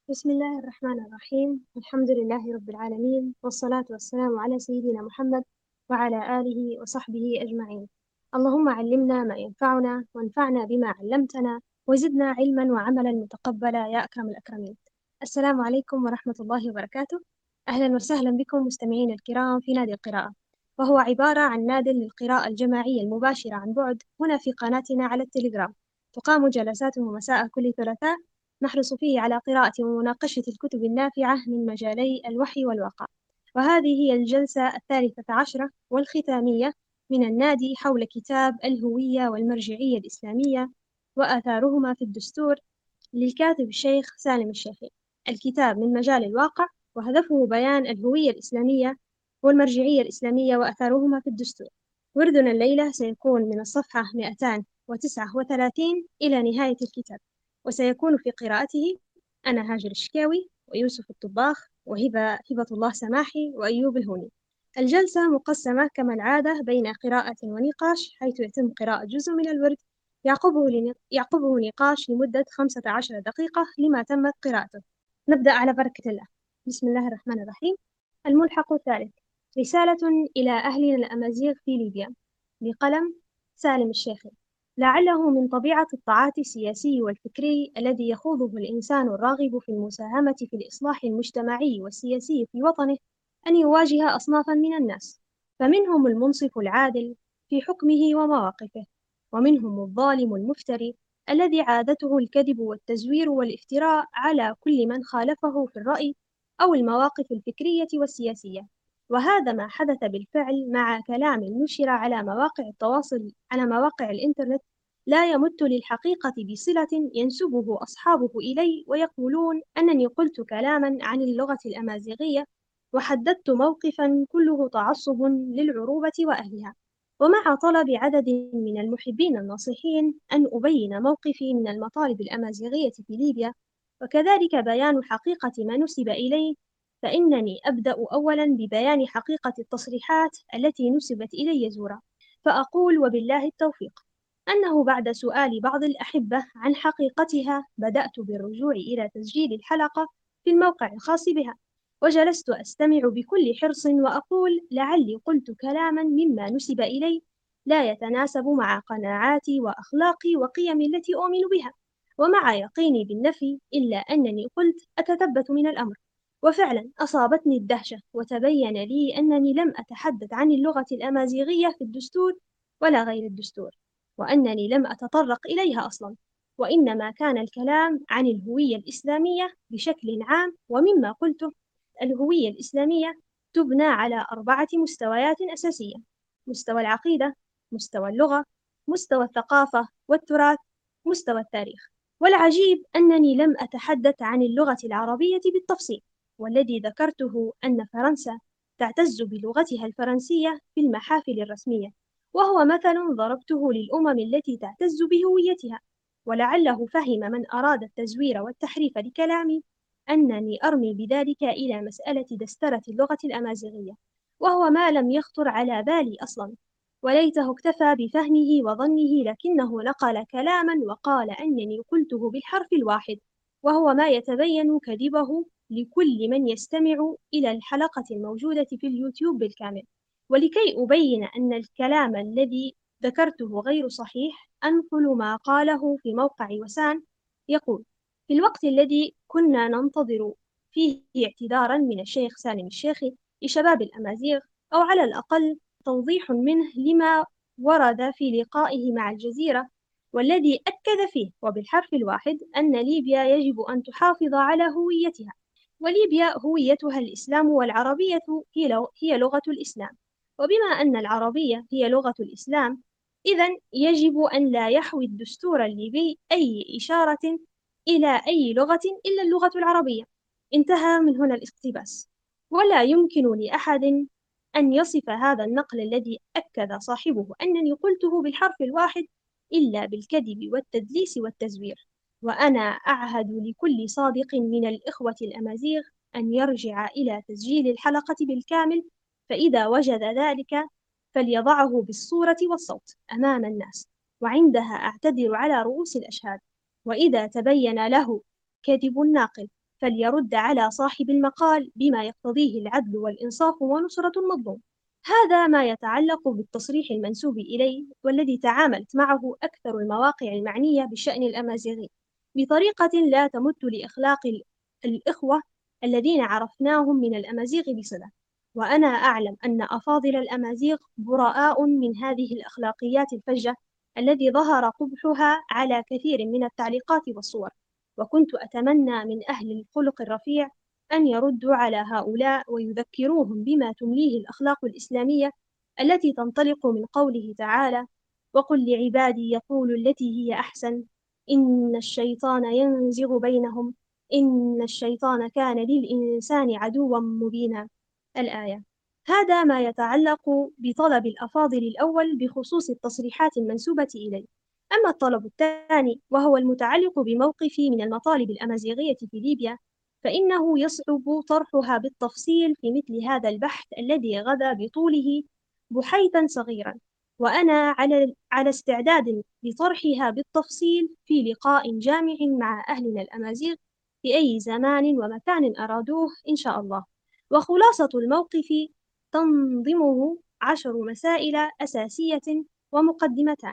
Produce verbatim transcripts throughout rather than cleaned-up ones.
بسم الله الرحمن الرحيم. الحمد لله رب العالمين، والصلاة والسلام على سيدنا محمد وعلى آله وصحبه أجمعين. اللهم علمنا ما ينفعنا وانفعنا بما علمتنا وزدنا علما وعملا متقبلا يا أكرم الأكرمين. السلام عليكم ورحمة الله وبركاته. أهلا وسهلا بكم مستمعين الكرام في نادي القراءة، وهو عبارة عن ناد للقراءة الجماعية المباشرة عن بعد هنا في قناتنا على التليجرام. تقام جلساته مساء كل ثلاثاء، نحرص فيه على قراءة ومناقشة الكتب النافعة من مجالي الوحي والواقع. وهذه هي الجلسة الثالثة عشرة والختامية من النادي حول كتاب الهوية والمرجعية الإسلامية وآثارهما في الدستور للكاتب الشيخ سالم الشيخي. الكتاب من مجال الواقع، وهدفه بيان الهوية الإسلامية والمرجعية الإسلامية وآثارهما في الدستور. وردنا الليلة سيكون من الصفحة مئتين وتسعة وثلاثين إلى نهاية الكتاب، وسيكون في قراءته أنا هاجر الشكاوي ويوسف الطباخ وهبة هبة الله سماحي وأيوب الهوني. الجلسة مقسمة كما العادة بين قراءة ونقاش، حيث يتم قراءة جزء من الورد يعقبه, لن... يعقبه نقاش لمدة خمسة عشر دقيقة لما تمت قراءته. نبدأ على بركة الله. بسم الله الرحمن الرحيم. الملحق الثالث، رسالة إلى أهلنا الأمازيغ في ليبيا، بقلم سالم الشيخي. لعله من طبيعة التعاطي السياسي والفكري الذي يخوضه الإنسان الراغب في المساهمة في الإصلاح المجتمعي والسياسي في وطنه أن يواجه أصنافا من الناس، فمنهم المنصف العادل في حكمه ومواقفه، ومنهم الظالم المفتري الذي عادته الكذب والتزوير والافتراء على كل من خالفه في الرأي أو المواقف الفكرية والسياسية. وهذا ما حدث بالفعل مع كلام نشر على مواقع التواصل على مواقع الإنترنت لا يمت للحقيقة بصلة ينسبه أصحابه إلي، ويقولون أنني قلت كلاما عن اللغة الأمازيغية وحددت موقفا كله تعصب للعروبة وأهلها، ومع طلب عدد من المحبين الناصحين أن أبين موقفي من المطالب الأمازيغية في ليبيا، وكذلك بيان حقيقة ما نسب إلي، فإنني أبدأ أولا ببيان حقيقة التصريحات التي نسبت إلي زورا. فأقول وبالله التوفيق أنه بعد سؤال بعض الأحبة عن حقيقتها بدأت بالرجوع إلى تسجيل الحلقة في الموقع الخاص بها، وجلست أستمع بكل حرص وأقول لعلي قلت كلاما مما نسب إلي لا يتناسب مع قناعاتي وأخلاقي وقيمي التي أؤمن بها، ومع يقيني بالنفي إلا أنني قلت أتثبت من الأمر. وفعلا أصابتني الدهشة، وتبين لي أنني لم أتحدث عن اللغة الأمازيغية في الدستور ولا غير الدستور، وأنني لم أتطرق إليها أصلا، وإنما كان الكلام عن الهوية الإسلامية بشكل عام. ومما قلته الهوية الإسلامية تبنى على أربعة مستويات أساسية: مستوى العقيدة، مستوى اللغة، مستوى الثقافة والتراث، مستوى التاريخ. والعجيب أنني لم أتحدث عن اللغة العربية بالتفصيل، والذي ذكرته أن فرنسا تعتز بلغتها الفرنسية في المحافل الرسمية، وهو مثل ضربته للأمم التي تعتز بهويتها. ولعله فهم من أراد التزوير والتحريف لكلامي أنني أرمي بذلك إلى مسألة دسترة اللغة الأمازيغية، وهو ما لم يخطر على بالي أصلا، وليته اكتفى بفهمه وظنه، لكنه نقل كلاما وقال أنني قلته بالحرف الواحد، وهو ما يتبين كذبه لكل من يستمع إلى الحلقة الموجودة في اليوتيوب بالكامل. ولكي أبين أن الكلام الذي ذكرته غير صحيح، أنقل ما قاله في موقع وسان، يقول: في الوقت الذي كنا ننتظر فيه اعتذارا من الشيخ سالم الشيخي لشباب الأمازيغ، أو على الأقل توضيح منه لما ورد في لقائه مع الجزيرة، والذي أكد فيه وبالحرف الواحد أن ليبيا يجب أن تحافظ على هويتها، وليبيا هويتها الإسلام، والعربية هي لغة الإسلام، وبما أن العربية هي لغة الإسلام، إذن يجب أن لا يحوي الدستور الليبي أي إشارة إلى أي لغة إلا اللغة العربية. انتهى من هنا الاقتباس. ولا يمكن لأحد أن يصف هذا النقل الذي أكد صاحبه أنني قلته بالحرف الواحد إلا بالكذب والتدليس والتزوير. وأنا أعهد لكل صادق من الإخوة الأمازيغ أن يرجع إلى تسجيل الحلقة بالكامل، فإذا وجد ذلك فليضعه بالصورة والصوت أمام الناس، وعندها أعتذر على رؤوس الأشهاد. وإذا تبين له كذب الناقل فليرد على صاحب المقال بما يقتضيه العدل والإنصاف ونصرة المظلوم. هذا ما يتعلق بالتصريح المنسوب إليه، والذي تعاملت معه أكثر المواقع المعنية بشأن الأمازيغي بطريقة لا تمت لإخلاق الإخوة الذين عرفناهم من الأمازيغ بصلة. وأنا أعلم أن أفاضل الأمازيغ براء من هذه الأخلاقيات الفجة الذي ظهر قبحها على كثير من التعليقات والصور. وكنت أتمنى من أهل الخلق الرفيع أن يردوا على هؤلاء ويذكروهم بما تمليه الأخلاق الإسلامية التي تنطلق من قوله تعالى: وقل لعبادي يقولوا التي هي أحسن إن الشيطان ينزغ بينهم إن الشيطان كان للإنسان عدوا مبينا. الآية. هذا ما يتعلق بطلب الأفاضل الأول بخصوص التصريحات المنسوبة إليه. أما الطلب الثاني وهو المتعلق بموقفي من المطالب الأمازيغية في ليبيا، فإنه يصعب طرحها بالتفصيل في مثل هذا البحث الذي غدا بطوله بحيثا صغيرا، وأنا على على استعداد لطرحها بالتفصيل في لقاء جامع مع أهلنا الأمازيغ في أي زمان ومكان أرادوه إن شاء الله. وخلاصة الموقف تنظمه عشر مسائل أساسية ومقدمتان.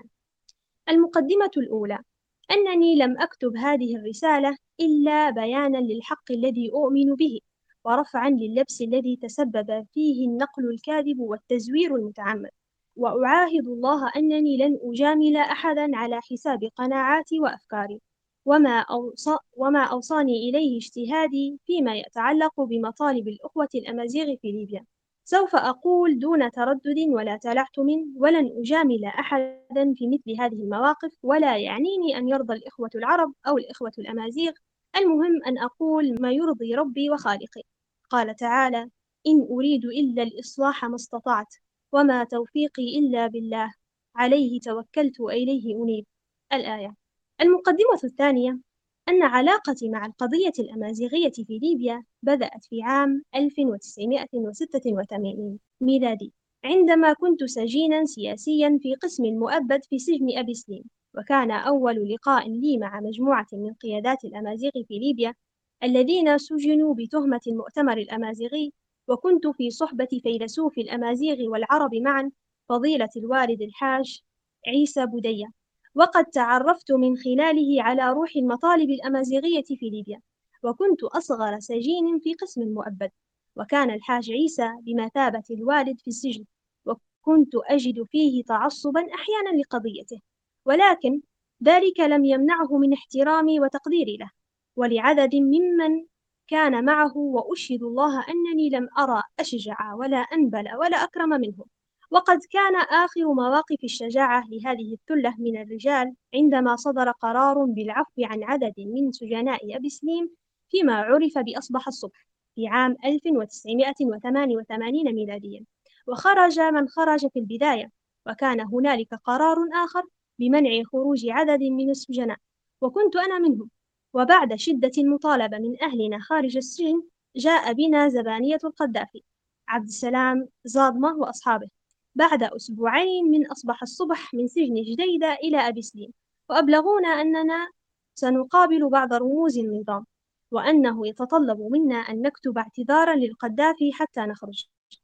المقدمة الأولى: أنني لم أكتب هذه الرسالة إلا بيانا للحق الذي أؤمن به، ورفعا لللبس الذي تسبب فيه النقل الكاذب والتزوير المتعمد. وأعاهد الله أنني لن أجامل أحدا على حساب قناعاتي وأفكاري، وما, أوصى وما أوصاني إليه اجتهادي فيما يتعلق بمطالب الأخوة الأمازيغ في ليبيا. سوف أقول دون تردد ولا تلعثم: ولن أجامل أحدا في مثل هذه المواقف، ولا يعنيني أن يرضى الإخوة العرب أو الإخوة الأمازيغ، المهم أن أقول ما يرضي ربي وخالقي. قال تعالى: إن أريد إلا الإصلاح ما استطعت وما توفيقي إلا بالله عليه توكلت وإليه أنيب. الآية. المقدمة الثانية: أن علاقتي مع القضية الأمازيغية في ليبيا بدأت في عام ألف وتسعمائة وستة وثمانين ميلادي، عندما كنت سجينا سياسيا في قسم المؤبد في سجن أبي سليم. وكان أول لقاء لي مع مجموعة من قيادات الأمازيغ في ليبيا الذين سجنوا بتهمة المؤتمر الأمازيغي، وكنت في صحبة فيلسوف الأمازيغ والعرب معا فضيلة الوالد الحاج عيسى بودية، وقد تعرفت من خلاله على روح المطالب الأمازيغية في ليبيا. وكنت أصغر سجين في قسم المؤبد، وكان الحاج عيسى بمثابة الوالد في السجن، وكنت أجد فيه تعصبا أحيانا لقضيته، ولكن ذلك لم يمنعه من احترامي وتقديري له ولعدد ممن كان معه، وأشهد الله أنني لم أرى أشجع ولا أنبل ولا أكرم منه. وقد كان آخر مواقف الشجاعة لهذه الثلة من الرجال عندما صدر قرار بالعفو عن عدد من سجناء أبي سليم فيما عرف بأصبح الصبح في عام ألف وتسعمائة وثمانية وثمانين ميلاديا، وخرج من خرج في البداية، وكان هنالك قرار آخر بمنع خروج عدد من السجناء، وكنت أنا منهم. وبعد شدة المطالبة من أهلنا خارج السجن، جاء بنا زبانية القذافي عبد السلام زادمة وأصحابه بعد أسبوعين من أصبح الصبح من سجن جديدة إلى أبي سليم، وأبلغونا أننا سنقابل بعض رموز النظام، وأنه يتطلب منا أن نكتب اعتذارا للقذافي حتى نخرج.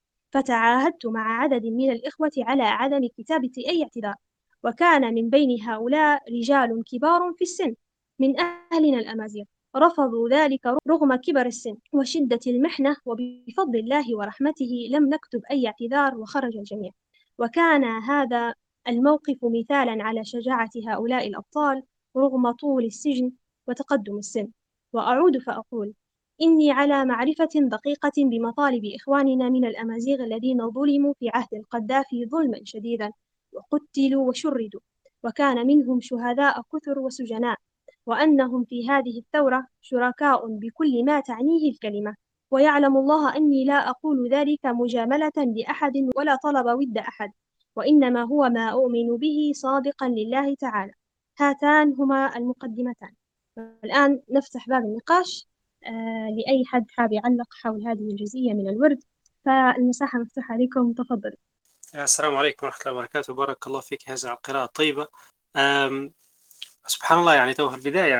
فتعاهدت مع عدد من الإخوة على عدم كتابة أي اعتذار، وكان من بين هؤلاء رجال كبار في السن من أهلنا الأمازيغ رفضوا ذلك رغم كبر السن وشدة المحنة، وبفضل الله ورحمته لم نكتب أي اعتذار وخرج الجميع. وكان هذا الموقف مثالا على شجاعة هؤلاء الأبطال رغم طول السجن وتقدم السن. وأعود فأقول: إني على معرفة دقيقة بمطالب إخواننا من الأمازيغ الذين ظلموا في عهد القذافي ظلما شديدا وقتلوا وشردوا، وكان منهم شهداء كثر وسجناء، وأنهم في هذه الثورة شركاء بكل ما تعنيه الكلمة. ويعلم الله أني لا أقول ذلك مجاملة لأحد ولا طلب ود أحد، وإنما هو ما أؤمن به صادقا لله تعالى. هاتان هما المقدمتان. الآن نفتح باب النقاش آه لأي حد حاب يعلق حول هذه الجزئية من الورد، فالمساحة مفتوحة عليكم، تفضلوا. السلام عليكم ورحمة الله وبركاته. بارك الله فيك، هذه القراءة طيبة. سبحان الله، يعني تو في البداية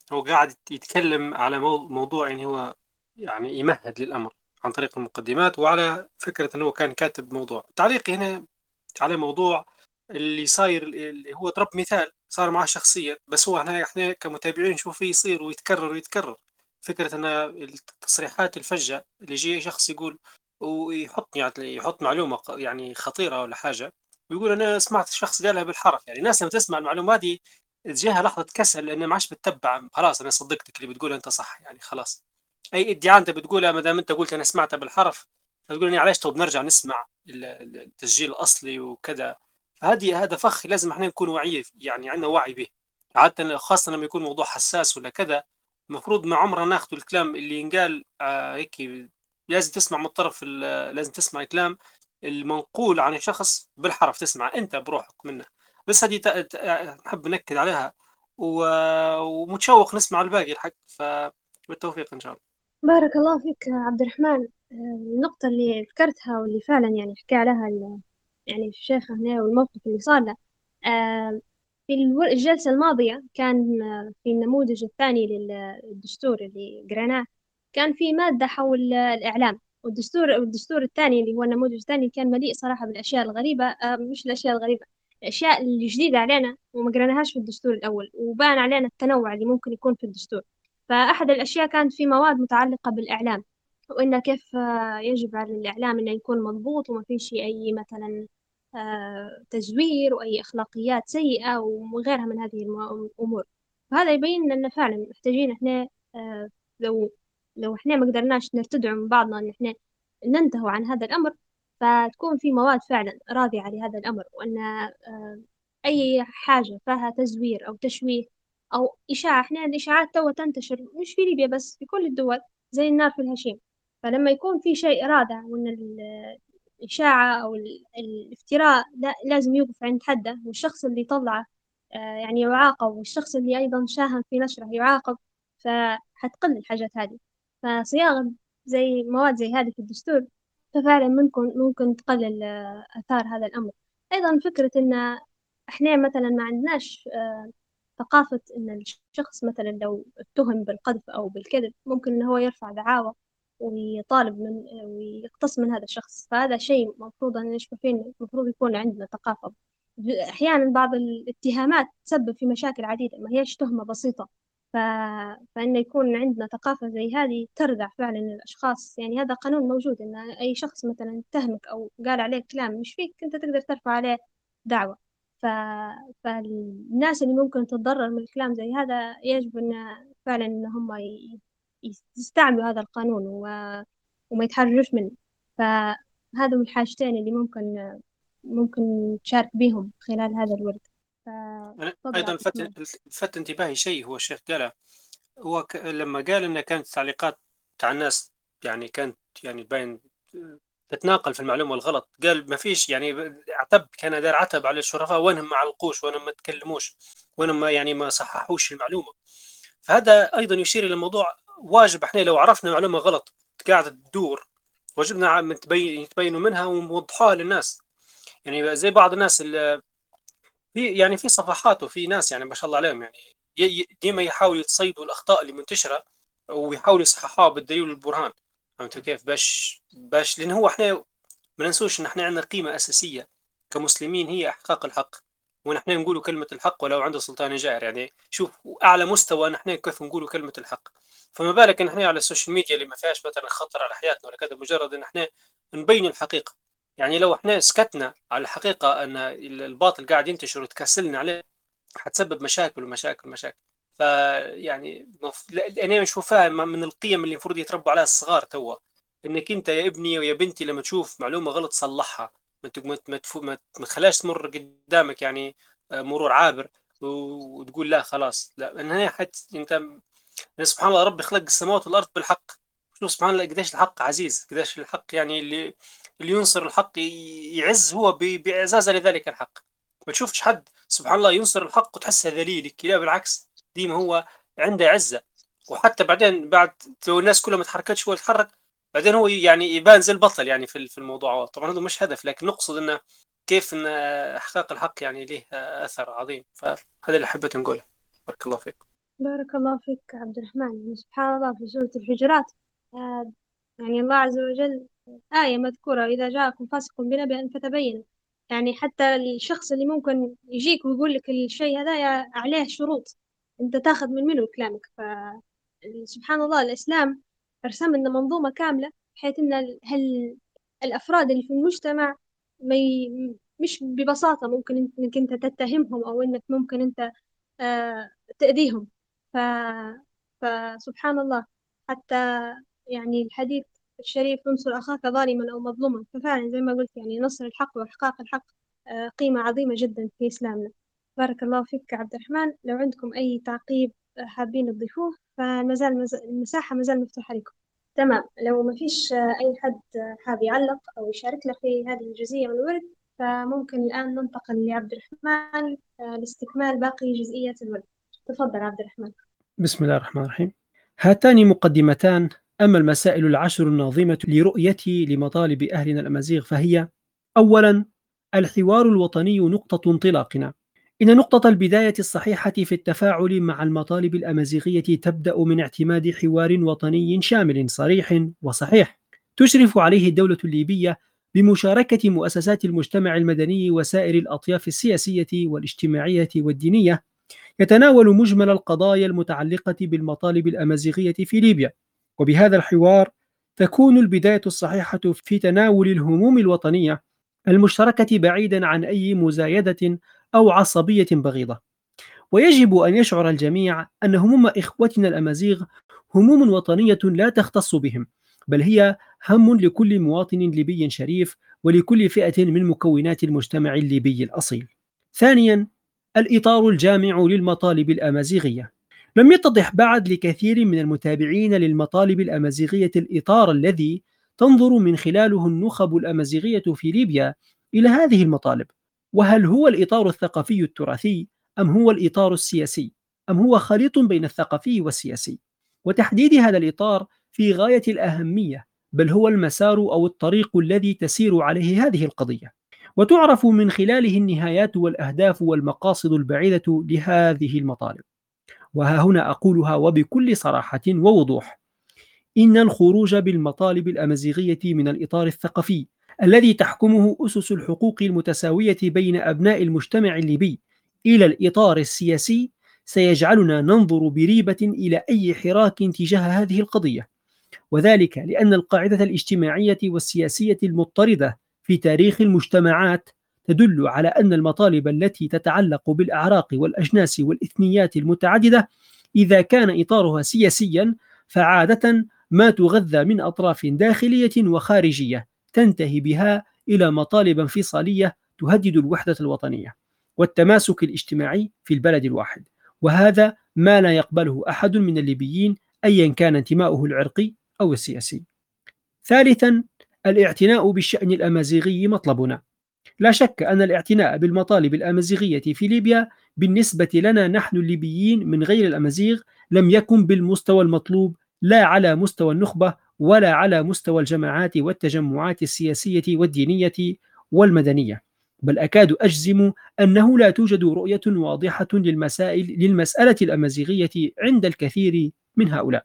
هو قاعد يتكلم على مو- موضوع يعني هو يعني يمهد للأمر عن طريق المقدمات، وعلى فكرة أنه كان كاتب موضوع. تعليقي هنا على موضوع اللي صاير، اللي هو ضرب مثال صار معاه شخصيا، بس هو احنا احنا كمتابعين نشوف فيه يصير ويتكرر ويتكرر. فكرة ان التصريحات الفجة اللي يجي شخص يقول ويحط يعني يحط معلومة ق- يعني خطيرة ولا حاجة، ويقول انا سمعت الشخص قالها بالحرف. يعني الناس لما تسمع المعلومة دي تجيها لحظة كسل، لان ما عادش بتتبع. خلاص انا صدقتك اللي بتقول انت صح، يعني خلاص اي ادعاء انت بتقولها ما دام انت قلت انا سمعتها بالحرف، فتقول اني علاش طب نرجع نسمع ال- ال- التسجيل الاصلي وكذا. فهذه هذا فخ لازم احنا نكون واعيين، يعني عندنا وعي به. عادة خاصة لما يكون موضوع حساس ولا كذا، المفروض ما عمرنا ناخذ الكلام اللي ينقال آه هيك. لازم تسمع من الطرف ال- لازم تسمع الكلام المنقول عن الشخص بالحرف، تسمع انت بروحك منه. بس هذه ت- ت- نحب نأكد عليها، و- ومتشوق نسمع الباقي الحق. فبالتوفيق ان شاء الله. بارك الله فيك عبد الرحمن. آه، النقطة اللي ذكرتها واللي فعلا يعني حكى عليها ال- يعني الشيخ هنا والموقف اللي صار له. آه، في الو- الجلسة الماضية كان آه، في النموذج الثاني للدستور اللي قرأناه، كان في مادة حول آه، الإعلام. والدستور والدستور الثاني اللي هو النموذج الثاني كان مليء صراحة بالأشياء الغريبة، آه، مش الأشياء الغريبة، الأشياء الجديدة علينا وما قرأناهاش في الدستور الأول، وبان علينا التنوع اللي ممكن يكون في الدستور. فأحد الأشياء كانت في مواد متعلقة بالإعلام، وإنه كيف آه، يجب على الإعلام إنه يكون مضبوط وما فيش أي مثلا آه، تزوير وأي أخلاقيات سيئة وغيرها من هذه المو- الأمور. فهذا يبين أن فعلا محتاجين إحنا، آه، لو لو إحنا ما قدرناش نرتدع من بعضنا إن إحنا ننتهوا عن هذا الأمر، فتكون في مواد فعلا راضعة لهذا الأمر، وأن آه، أي حاجة فيها تزوير أو تشويه أو إشاعة. إحنا الإشاعات توا تنتشر مش في ليبيا بس، في كل الدول زي النار في الهشيم. فلما يكون في شيء رادع وإن ال- الإشاعة أو ال- الافتراء لا لازم يوقف عند حده، والشخص اللي طلعه آه، يعني يعاقب، والشخص اللي أيضا ساهم في نشره يعاقب، فحتقل الحاجات هذه. فصياغة زي مواد زي هذه في الدستور ففعلا ممكن ممكن تقلل آه، آثار هذا الأمر. أيضا فكرة إن إحنا مثلا ما عندناش آه، ثقافة إن الشخص مثلا لو اتهم بالقذف أو بالكذب ممكن إن هو يرفع دعاوى ويطالب من ويقتص من هذا الشخص. فهذا شيء مفروض أن نشوف فيه، المفروض يكون عندنا ثقافة. أحيانا بعض الاتهامات تسبب في مشاكل عديدة، ما هيش تهمة بسيطة. ف... فإنه يكون عندنا ثقافة زي هذه تردع فعلا الأشخاص. يعني هذا قانون موجود، إن أي شخص مثلا اتهمك أو قال عليك كلام مش فيك أنت تقدر ترفع عليه دعوة. ف... فالناس اللي ممكن تتضرر من الكلام زي هذا يجب أن فعلا إن هم ي... يستعملوا هذا القانون و... وما يتحرجوش منه. فهذا من الحاجتين اللي ممكن ممكن تشارك بهم خلال هذا الورد. أنا فتفضل ايضا عبد لفت الرحمن. لفت انتباهي شيء هو الشيخ قاله. هو ك... لما قال ان كانت التعليقات بتاع الناس يعني كانت يعني باين تتناقل في المعلومه الغلط. قال ما فيش يعني عتب، كان دار عتب على الشرفاء وانهم ما علقوش وانهم ما تكلموش وانهم ما يعني ما صححوش المعلومه. فهذا ايضا يشير الى موضوع واجب. احنا لو عرفنا معلومه غلط قاعده تدور، واجبنا نتبين يتبينوا منها ونوضحوها للناس. يعني زي بعض الناس اللي في يعني في صفحات وفي ناس يعني ما شاء الله عليهم، يعني ي- ي- ديما يحاولوا يتصيدوا الاخطاء اللي منتشره ويحاولوا يصححوها بالدليل والبرهان. فهمت كيف؟ باش باش لان هو احنا ما ننسوش ان احنا عندنا قيمه اساسيه كمسلمين هي احقاق الحق، ونحن نقولوا كلمه الحق ولو عند سلطان جائر. يعني شوف اعلى مستوى نحن كيف نقولوا كلمه الحق. فما بالك ان احنا على السوشيال ميديا اللي ما فيهاش مثلا خطر على حياتنا ولا كذا، مجرد ان احنا نبين الحقيقه. يعني لو احنا سكتنا على الحقيقه ان الباطل قاعد ينتشر وتكاسلنا عليه، حتسبب مشاكل ومشاكل ومشاكل. فيعني مف... لا- انا نشوفها من القيم اللي المفروض يتربوا عليها الصغار توا. انك انت يا ابني ويا بنتي لما تشوف معلومه غلط صلحها. ما ت- ما ت- ما تفو- ما ت- ما تخليهاش تمر قدامك يعني آه، مرور عابر، و- وتقول لا خلاص. لا، ان هي حت انت يعني سبحان الله ربي خلق السماوات والارض بالحق. شوف سبحان الله قديش الحق عزيز، قديش الحق يعني اللي اللي ينصر الحق ي- يعز هو ب- باعزازه لذلك الحق. ما تشوفش حد سبحان الله ينصر الحق وتحسه ذليل، لا بالعكس، ديما هو عنده عزة. وحتى بعدين بعد لو الناس كلها ما تحركتش هو يتحرك، بعدين هو يعني يبان زي البطل يعني في في الموضوع. طبعا هذا مش هدف، لكن نقصد انه كيف ان احقاق الحق يعني له اثر عظيم. فهذا اللي حبيت نقوله. بارك الله فيك. بارك الله فيك عبد الرحمن. يعني سبحان الله في سورة الحجرات، آه يعني الله عز وجل آية مذكورة: إذا جاءكم فاسق بنبأ فتبين. يعني حتى الشخص اللي ممكن يجيك ويقول لك الشيء هذا يا- عليه شروط، أنت تاخذ من منه كلامك. فسبحان الله الإسلام رسم لنا منظومة كاملة، بحيث أن ال- هل الأفراد اللي في المجتمع ما ي... مش ببساطة ممكن إنك أنت تتهمهم، أو إنك ممكن أنت آه تأذيهم. ف... فسبحان الله، حتى يعني الحديث الشريف: انصر أخاك ظالما أو مظلوما. ففعلا زي ما قلت، يعني نصر الحق وإحقاق الحق آه، قيمة عظيمة جدا في إسلامنا. بارك الله فيك عبد الرحمن. لو عندكم أي تعقيب آه، حابين تضيفوه، فمازال مز... المساحة مازال مفتوحة لكم. تمام. لو ما فيش آه، أي حد آه، حاب يعلق أو يشاركنا في هذه الجزئية من الورد، فممكن الآن ننتقل لعبد الرحمن آه، لاستكمال باقي جزئيات الورد. تفضل عبد الرحمن. بسم الله الرحمن الرحيم. هاتان مقدمتان. أما المسائل العشر الناظمة لرؤيتي لمطالب أهلنا الأمازيغ فهي: أولا، الحوار الوطني نقطة انطلاقنا. إن نقطة البداية الصحيحة في التفاعل مع المطالب الأمازيغية تبدأ من اعتماد حوار وطني شامل صريح وصحيح تشرف عليه الدولة الليبية بمشاركة مؤسسات المجتمع المدني وسائر الأطياف السياسية والاجتماعية والدينية، يتناول مجمل القضايا المتعلقة بالمطالب الأمازيغية في ليبيا. وبهذا الحوار تكون البداية الصحيحة في تناول الهموم الوطنية المشتركة بعيدا عن أي مزايدة أو عصبية بغيضة. ويجب أن يشعر الجميع أن هموم إخوتنا الأمازيغ هموم وطنية لا تختص بهم، بل هي هم لكل مواطن ليبي شريف ولكل فئة من مكونات المجتمع الليبي الأصيل. ثانيا، الإطار الجامع للمطالب الأمازيغية. لم يتضح بعد لكثير من المتابعين للمطالب الأمازيغية الإطار الذي تنظر من خلاله النخب الأمازيغية في ليبيا إلى هذه المطالب، وهل هو الإطار الثقافي التراثي أم هو الإطار السياسي أم هو خليط بين الثقافي والسياسي. وتحديد هذا الإطار في غاية الأهمية، بل هو المسار أو الطريق الذي تسير عليه هذه القضية، وتعرف من خلاله النهايات والأهداف والمقاصد البعيدة لهذه المطالب. وها هنا أقولها وبكل صراحة ووضوح: إن الخروج بالمطالب الأمازيغية من الإطار الثقافي الذي تحكمه أسس الحقوق المتساوية بين أبناء المجتمع الليبي إلى الإطار السياسي سيجعلنا ننظر بريبة إلى أي حراك تجاه هذه القضية، وذلك لأن القاعدة الاجتماعية والسياسية المضطردة في تاريخ المجتمعات تدل على أن المطالب التي تتعلق بالأعراق والأجناس والإثنيات المتعددة إذا كان إطارها سياسيا فعادة ما تغذى من أطراف داخلية وخارجية تنتهي بها إلى مطالب انفصالية تهدد الوحدة الوطنية والتماسك الاجتماعي في البلد الواحد، وهذا ما لا يقبله أحد من الليبيين أيا كان انتماؤه العرقي أو السياسي. ثالثا، الاعتناء بالشأن الأمازيغي مطلبنا. لا شك أن الاعتناء بالمطالب الأمازيغية في ليبيا بالنسبة لنا نحن الليبيين من غير الأمازيغ لم يكن بالمستوى المطلوب، لا على مستوى النخبة ولا على مستوى الجماعات والتجمعات السياسية والدينية والمدنية، بل أكاد أجزم أنه لا توجد رؤية واضحة للمسائل للمسألة الأمازيغية عند الكثير من هؤلاء،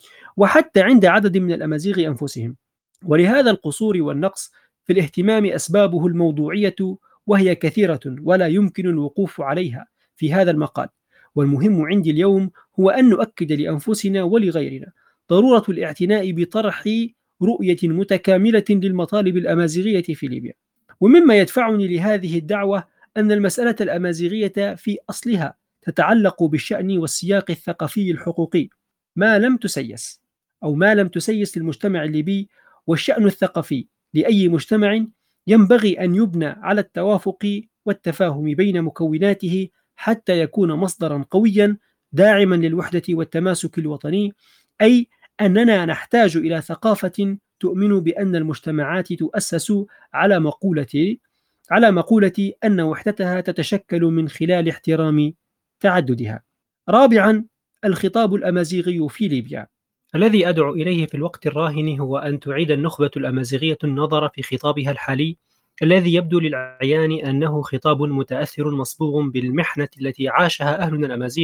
وحتى عند عدد من الأمازيغ أنفسهم. ولهذا القصور والنقص في الاهتمام أسبابه الموضوعية، وهي كثيرة ولا يمكن الوقوف عليها في هذا المقال. والمهم عندي اليوم هو أن نؤكد لأنفسنا ولغيرنا ضرورة الاعتناء بطرح رؤية متكاملة للمطالب الأمازيغية في ليبيا. ومما يدفعني لهذه الدعوة أن المسألة الأمازيغية في أصلها تتعلق بالشأن والسياق الثقافي الحقوقي ما لم تسيس أو ما لم تسيس للمجتمع الليبي، والشأن الثقافي لأي مجتمع ينبغي أن يبنى على التوافق والتفاهم بين مكوناته حتى يكون مصدرا قويا داعما للوحدة والتماسك الوطني، أي أننا نحتاج إلى ثقافة تؤمن بأن المجتمعات تؤسس على مقولة على مقولة أن وحدتها تتشكل من خلال احترام تعددها. رابعا، الخطاب الأمازيغي في ليبيا. الذي أدعو إليه في الوقت الراهن هو أن تعيد النخبة الأمازيغية النظر في خطابها الحالي، الذي يبدو للعيان أنه خطاب متأثر مصبوغ بالمحنة التي عاشها أهلنا الأمازيغ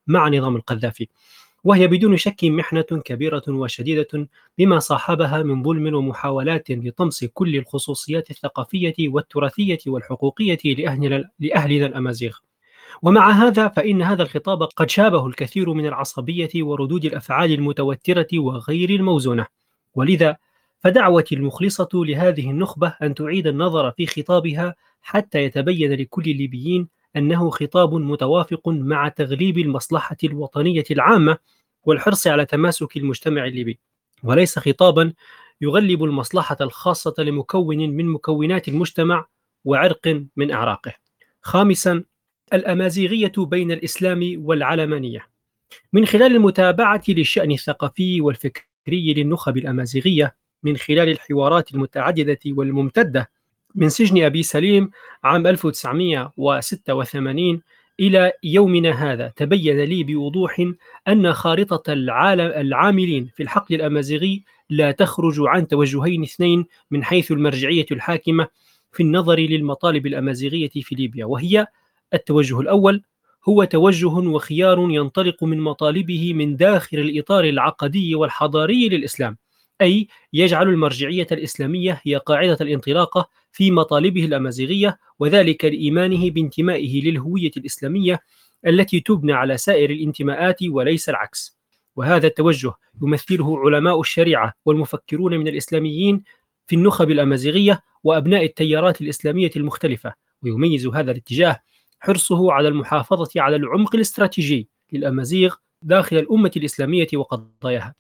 مع نظام القذافي، وهي بدون شك محنة كبيرة وشديدة بما صاحبها من ظلم ومحاولات لطمس كل الخصوصيات الثقافية والتراثية والحقوقية لأهلنا, لأهلنا الأمازيغ. ومع هذا فإن هذا الخطاب قد شابه الكثير من العصبية وردود الأفعال المتوترة وغير الموزونة، ولذا فدعوتي المخلصة لهذه النخبة أن تعيد النظر في خطابها حتى يتبين لكل الليبيين أنه خطاب متوافق مع تغليب المصلحة الوطنية العامة والحرص على تماسك المجتمع الليبي، وليس خطابا يغلب المصلحة الخاصة لمكون من مكونات المجتمع وعرق من أعراقه. خامسا، الأمازيغية بين الإسلام والعلمانية. من خلال المتابعة للشأن الثقافي والفكري للنخب الأمازيغية من خلال الحوارات المتعددة والممتدة من سجن أبي سليم عام ألف وتسعمائة وستة وثمانين إلى يومنا هذا، تبين لي بوضوح أن خارطة العاملين في الحقل الأمازيغي لا تخرج عن توجهين اثنين من حيث المرجعية الحاكمة في النظر للمطالب الأمازيغية في ليبيا، وهي: التوجه الأول هو توجه وخيار ينطلق من مطالبه من داخل الإطار العقدي والحضاري للإسلام، أي يجعل المرجعية الإسلامية هي قاعدة الانطلاقة في مطالبه الأمازيغية، وذلك لإيمانه بانتمائه للهوية الإسلامية التي تبنى على سائر الانتماءات وليس العكس. وهذا التوجه يمثله علماء الشريعة والمفكرون من الإسلاميين في النخب الأمازيغية وأبناء التيارات الإسلامية المختلفة، ويميز هذا الاتجاه حرصه على المحافظة على العمق الاستراتيجي للأمازيغ داخل الأمة الإسلامية وقضاياها.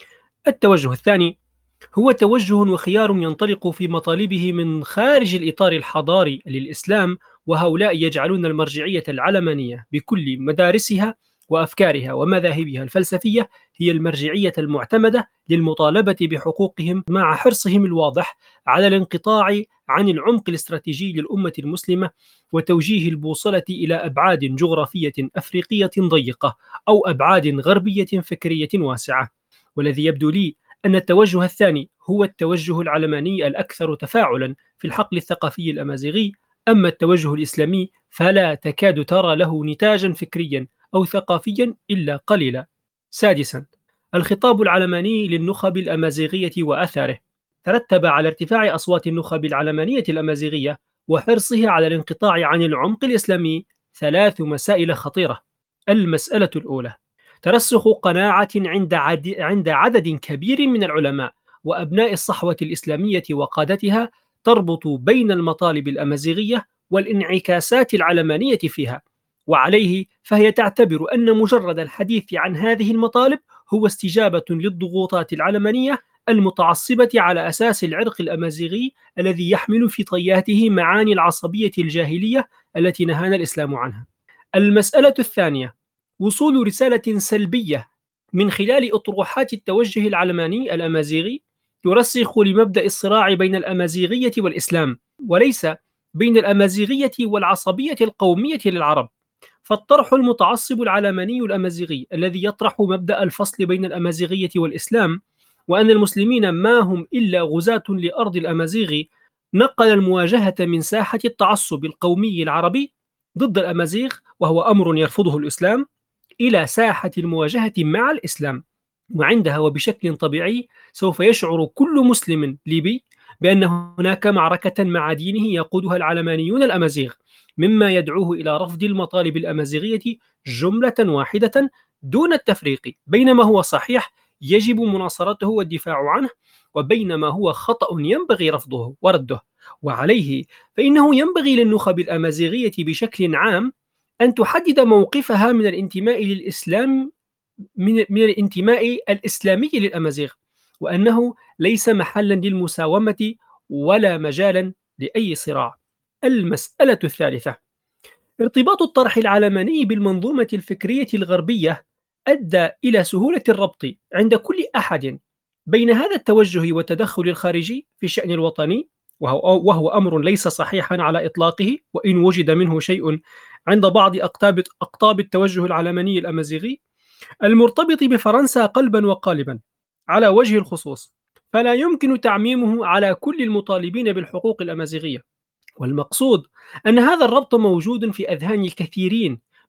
التوجه الثاني هو توجه وخيار ينطلق في مطالبه من خارج الإطار الحضاري للإسلام، وهؤلاء يجعلون المرجعية العلمانية بكل مدارسها وأفكارها ومذاهبها الفلسفية هي المرجعية المعتمدة للمطالبة بحقوقهم، مع حرصهم الواضح على الانقطاع عن العمق الاستراتيجي للأمة المسلمة وتوجيه البوصلة إلى أبعاد جغرافية أفريقية ضيقة أو أبعاد غربية فكرية واسعة. والذي يبدو لي أن التوجه الثاني هو التوجه العلماني الأكثر تفاعلا في الحقل الثقافي الأمازيغي، أما التوجه الإسلامي فلا تكاد ترى له نتاجا فكريا أو ثقافيا إلا قليلا. سادسا، الخطاب العلماني للنخب الأمازيغية وأثاره. ترتب على ارتفاع أصوات النخب العلمانية الأمازيغية وحرصها على الانقطاع عن العمق الإسلامي ثلاث مسائل خطيرة. المسألة الأولى: ترسخ قناعة عند عد... عند عدد كبير من العلماء وأبناء الصحوة الإسلامية وقادتها تربط بين المطالب الأمازيغية والانعكاسات العلمانية فيها، وعليه فهي تعتبر أن مجرد الحديث عن هذه المطالب هو استجابة للضغوطات العلمانية المتعصبة على أساس العرق الأمازيغي الذي يحمل في طياته معاني العصبية الجاهلية التي نهانا الإسلام عنها. المسألة الثانية: وصول رسالة سلبية من خلال أطروحات التوجه العلماني الأمازيغي ترسخ لمبدأ الصراع بين الأمازيغية والإسلام وليس بين الأمازيغية والعصبية القومية للعرب. فالطرح المتعصب العلماني الأمازيغي الذي يطرح مبدأ الفصل بين الأمازيغية والإسلام وأن المسلمين ما هم إلا غزاة لأرض الأمازيغ نقل المواجهة من ساحة التعصب القومي العربي ضد الأمازيغ، وهو أمر يرفضه الإسلام، إلى ساحة المواجهة مع الإسلام، وعندها وبشكل طبيعي سوف يشعر كل مسلم ليبي بأن هناك معركة مع دينه يقودها العلمانيون الأمازيغ، مما يدعوه إلى رفض المطالب الأمازيغية جملة واحدة دون التفريق بين ما هو صحيح يجب مناصرته والدفاع عنه وبين ما هو خطأ ينبغي رفضه ورده. وعليه فإنه ينبغي للنخب الأمازيغية بشكل عام أن تحدد موقفها من الانتماء للإسلام من, من الانتماء الإسلامي للأمازيغ، وأنه ليس محلا للمساومة ولا مجالا لأي صراع. المسألة الثالثة: ارتباط الطرح العلماني بالمنظومة الفكرية الغربية أدى إلى سهولة الربط عند كل أحد بين هذا التوجه والتدخل الخارجي في الشأن الوطني، وهو, وهو أمر ليس صحيحا على إطلاقه، وإن وجد منه شيء عند بعض أقطاب, أقطاب التوجه العلماني الأمازيغي المرتبط بفرنسا قلبا وقالبا على وجه الخصوص، فلا يمكن تعميمه على كل المطالبين بالحقوق الأمازيغية. والمقصود أن هذا الربط موجود في أذهان الكثيرين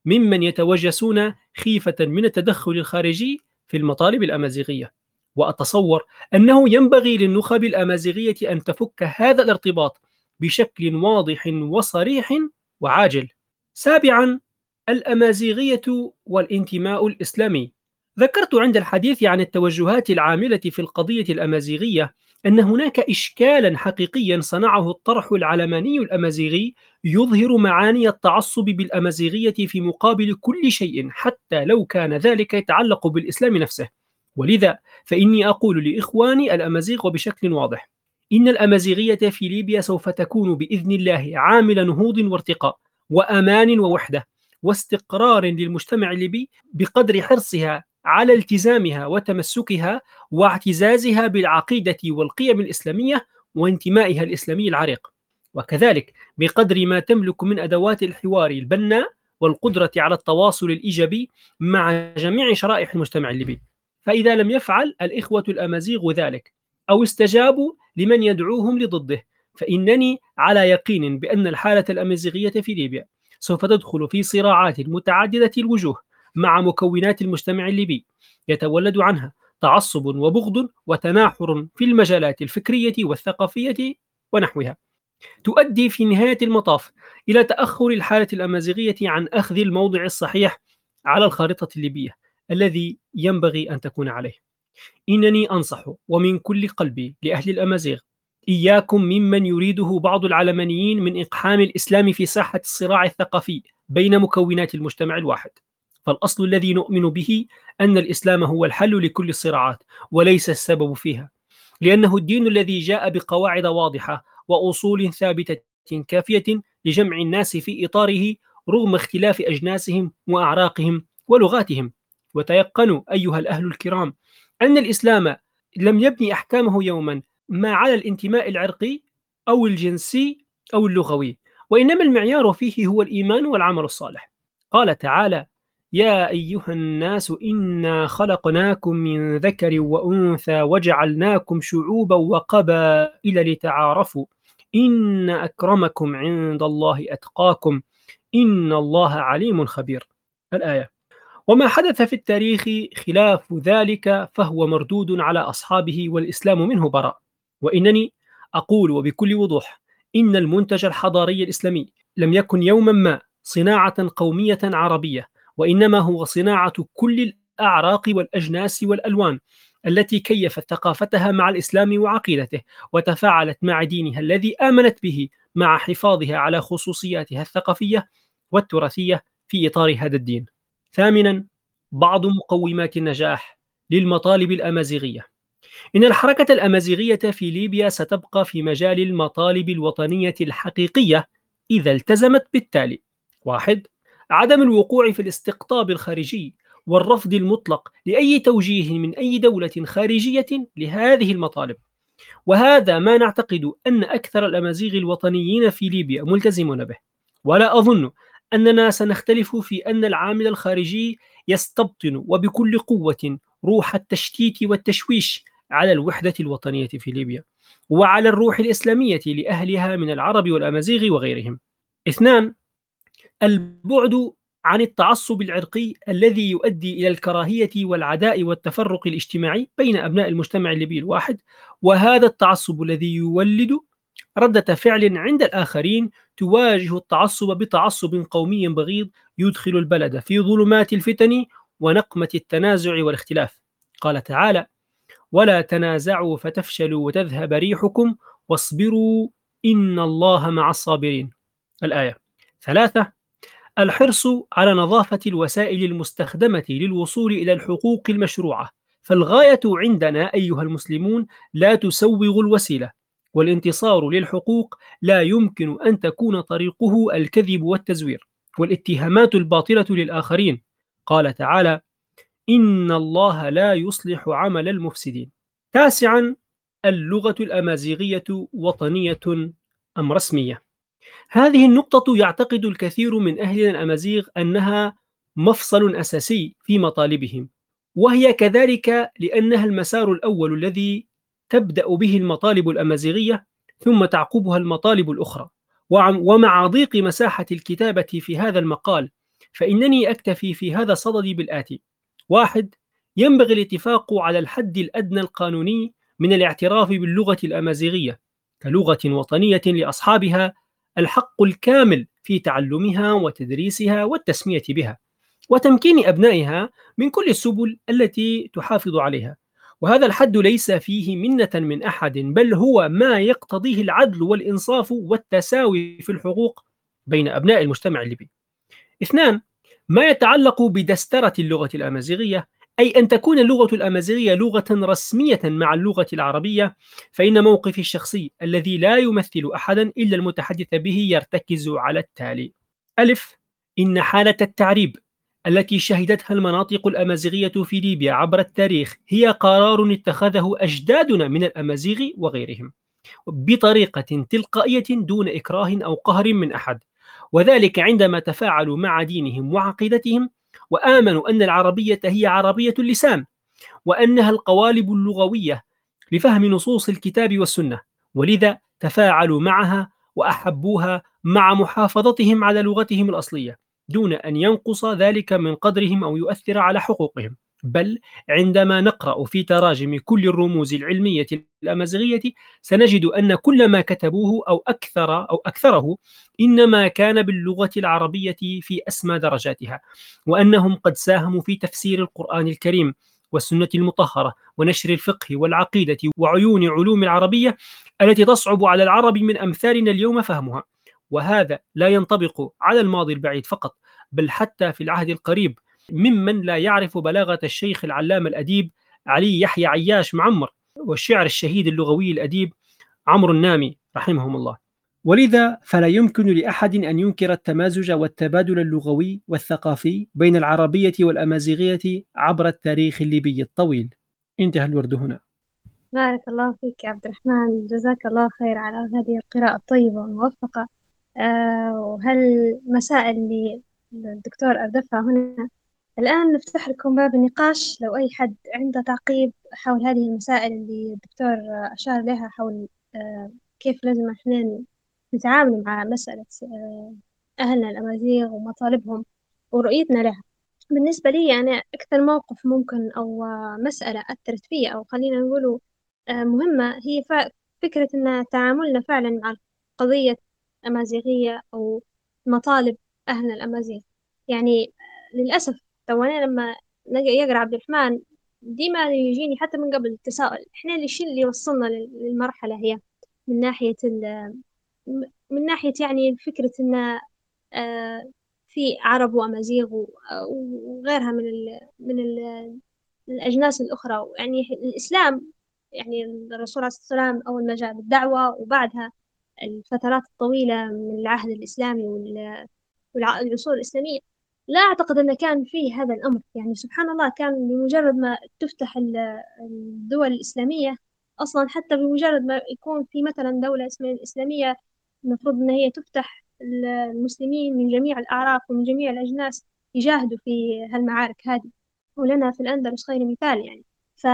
ممن يتوجسون خيفة من التدخل الخارجي في المطالب الأمازيغية. وأتصور أنه ينبغي للنخب الأمازيغية أن تفك هذا الارتباط بشكل واضح وصريح وعاجل. سابعا، الأمازيغية والانتماء الإسلامي. ذكرت عند الحديث عن التوجهات العاملة في القضية الأمازيغية أن هناك إشكالا حقيقيا صنعه الطرح العلماني الأمازيغي يظهر معاني التعصب بالأمازيغية في مقابل كل شيء حتى لو كان ذلك يتعلق بالإسلام نفسه. ولذا فإني أقول لإخواني الأمازيغ وبشكل واضح: إن الأمازيغية في ليبيا سوف تكون بإذن الله عامل نهوض وارتقاء وأمان ووحدة واستقرار للمجتمع الليبي بقدر حرصها على التزامها وتمسكها واعتزازها بالعقيدة والقيم الإسلامية وانتمائها الإسلامي العريق، وكذلك بقدر ما تملك من أدوات الحوار البناء والقدرة على التواصل الإيجابي مع جميع شرائح المجتمع الليبي. فإذا لم يفعل الإخوة الأمازيغ ذلك أو استجابوا لمن يدعوهم لضده، فإنني على يقين بأن الحالة الأمازيغية في ليبيا سوف تدخل في صراعات متعددة الوجوه مع مكونات المجتمع الليبي يتولد عنها تعصب وبغض وتناحر في المجالات الفكرية والثقافية ونحوها، تؤدي في نهاية المطاف إلى تأخر الحالة الأمازيغية عن أخذ الموضع الصحيح على الخارطة الليبية الذي ينبغي أن تكون عليه. إنني أنصح ومن كل قلبي لأهل الأمازيغ: إياكم ممن يريده بعض العلمانيين من إقحام الإسلام في ساحة الصراع الثقافي بين مكونات المجتمع الواحد. فالأصل الذي نؤمن به أن الإسلام هو الحل لكل الصراعات وليس السبب فيها، لأنه الدين الذي جاء بقواعد واضحة وأصول ثابتة كافية لجمع الناس في إطاره رغم اختلاف أجناسهم وأعراقهم ولغاتهم. وتيقنوا أيها الأهل الكرام أن الإسلام لم يبني أحكامه يوما ما على الانتماء العرقي أو الجنسي أو اللغوي، وإنما المعيار فيه هو الإيمان والعمل الصالح. قال تعالى: يا أيها الناس إنا خلقناكم من ذكر وأنثى وجعلناكم شعوبا وقبائل لتعارفوا إن أكرمكم عند الله أتقاكم إن الله عليم خبير. الآية. وما حدث في التاريخ خلاف ذلك فهو مردود على أصحابه والإسلام منه براء. وإنني أقول وبكل وضوح إن المنتج الحضاري الإسلامي لم يكن يوما ما صناعة قومية عربية، وإنما هو صناعة كل الأعراق والأجناس والألوان التي كيفت ثقافتها مع الإسلام وعقيدته وتفاعلت مع دينها الذي آمنت به مع حفاظها على خصوصياتها الثقافية والتراثية في إطار هذا الدين. ثامنا، بعض مقومات النجاح للمطالب الأمازيغية. إن الحركة الأمازيغية في ليبيا ستبقى في مجال المطالب الوطنية الحقيقية إذا التزمت بالتالي: واحد، عدم الوقوع في الاستقطاب الخارجي والرفض المطلق لأي توجيه من أي دولة خارجية لهذه المطالب، وهذا ما نعتقد أن أكثر الأمازيغ الوطنيين في ليبيا ملتزمون به. ولا أظن أننا سنختلف في أن العامل الخارجي يستبطن وبكل قوة روح التشتيت والتشويش على الوحدة الوطنية في ليبيا وعلى الروح الإسلامية لأهلها من العرب والأمازيغ وغيرهم. اثنان، البعد عن التعصب العرقي الذي يؤدي إلى الكراهية والعداء والتفرق الاجتماعي بين أبناء المجتمع الليبي الواحد، وهذا التعصب الذي يولد ردة فعل عند الآخرين تواجه التعصب بتعصب قومي بغيض يدخل البلد في ظلمات الفتن ونقمة التنازع والاختلاف. قال تعالى: ولا تنازعوا فتفشلوا وتذهب ريحكم واصبروا إن الله مع الصابرين. الآية. ثلاثة، الحرص على نظافة الوسائل المستخدمة للوصول إلى الحقوق المشروعة، فالغاية عندنا أيها المسلمون لا تسوغ الوسيلة، والانتصار للحقوق لا يمكن أن تكون طريقه الكذب والتزوير والاتهامات الباطلة للآخرين. قال تعالى: إن الله لا يصلح عمل المفسدين. تاسعا، اللغة الأمازيغية وطنية أم رسمية؟ هذه النقطة يعتقد الكثير من أهلنا الأمازيغ أنها مفصل أساسي في مطالبهم، وهي كذلك لأنها المسار الأول الذي تبدأ به المطالب الأمازيغية ثم تعقبها المطالب الأخرى. ومع ضيق مساحة الكتابة في هذا المقال فإنني أكتفي في هذا الصدد بالآتي: واحد، ينبغي الاتفاق على الحد الأدنى القانوني من الاعتراف باللغة الأمازيغية كلغة وطنية لأصحابها الحق الكامل في تعلمها وتدريسها والتسمية بها، وتمكين أبنائها من كل السبل التي تحافظ عليها. وهذا الحد ليس فيه منة من أحد، بل هو ما يقتضيه العدل والإنصاف والتساوي في الحقوق بين أبناء المجتمع الليبي. اثنان، ما يتعلق بدسترة اللغة الأمازيغية، أي أن تكون اللغة الأمازيغية لغة رسمية مع اللغة العربية، فإن موقفي الشخصي الذي لا يمثل أحدا إلا المتحدث به يرتكز على التالي: ألف، إن حالة التعريب التي شهدتها المناطق الأمازيغية في ليبيا عبر التاريخ هي قرار اتخذه أجدادنا من الأمازيغ وغيرهم بطريقة تلقائية دون إكراه أو قهر من أحد، وذلك عندما تفاعلوا مع دينهم وعقيدتهم وآمنوا أن العربية هي عربية اللسان، وأنها القوالب اللغوية لفهم نصوص الكتاب والسنة، ولذا تفاعلوا معها وأحبوها مع محافظتهم على لغتهم الأصلية دون أن ينقص ذلك من قدرهم أو يؤثر على حقوقهم. بل عندما نقرأ في تراجم كل الرموز العلمية الأمازيغية سنجد أن كل ما كتبوه أو أكثر أو أكثره إنما كان باللغة العربية في أسمى درجاتها، وأنهم قد ساهموا في تفسير القرآن الكريم والسنة المطهرة ونشر الفقه والعقيدة وعيون علوم العربية التي تصعب على العرب من أمثالنا اليوم فهمها. وهذا لا ينطبق على الماضي البعيد فقط، بل حتى في العهد القريب ممن لا يعرف بلاغة الشيخ العلامة الأديب علي يحيى عياش معمر والشعر الشهيد اللغوي الأديب عمرو النامي رحمهم الله. ولذا فلا يمكن لأحد أن ينكر التمازج والتبادل اللغوي والثقافي بين العربية والأمازيغية عبر التاريخ الليبي الطويل. انتهى الورد هنا. بارك الله فيك يا عبد الرحمن، جزاك الله خير على هذه القراءة الطيبة والموفقة. آه وهالمسائل اللي الدكتور أردفها هنا، الآن نفتح لكم باب النقاش. لو أي حد عنده تعقيب حول هذه المسائل اللي الدكتور أشار لها حول آه كيف لازم إحنا نتعامل مع مسألة آه أهلنا الأمازيغ ومطالبهم ورؤيتنا لها. بالنسبة لي أنا أكثر موقف ممكن أو آه مسألة أثرت فيه أو خلينا نقوله آه مهمة هي فكرة أن تعاملنا فعلا مع قضية أمازيغية أو مطالب أهلنا الأمازيغ. يعني للأسف تواني لما نجي يقرأ عبد الرحمن ديما يجيني حتى من قبل التساؤل إحنا الشيء اللي وصلنا للمرحلة هي من ناحية من ناحية يعني فكرة إن آه في عرب وأمازيغ وغيرها من ال من ال الأجناس الأخرى. يعني الإسلام، يعني الرسول عليه الصلاة والسلام أول ما جاء بالدعوة وبعدها الفترات الطويلة من العهد الإسلامي والعصور الإسلامية، لا أعتقد أن كان فيه هذا الأمر. يعني سبحان الله، كان بمجرد ما تفتح الدول الإسلامية أصلا، حتى بمجرد ما يكون في مثلا دولة إسلامية المفروض أن هي تفتح المسلمين من جميع الأعراق ومن جميع الأجناس يجاهدوا في هالمعارك هذه. ولنا في الأندلس خير مثال. يعني ف...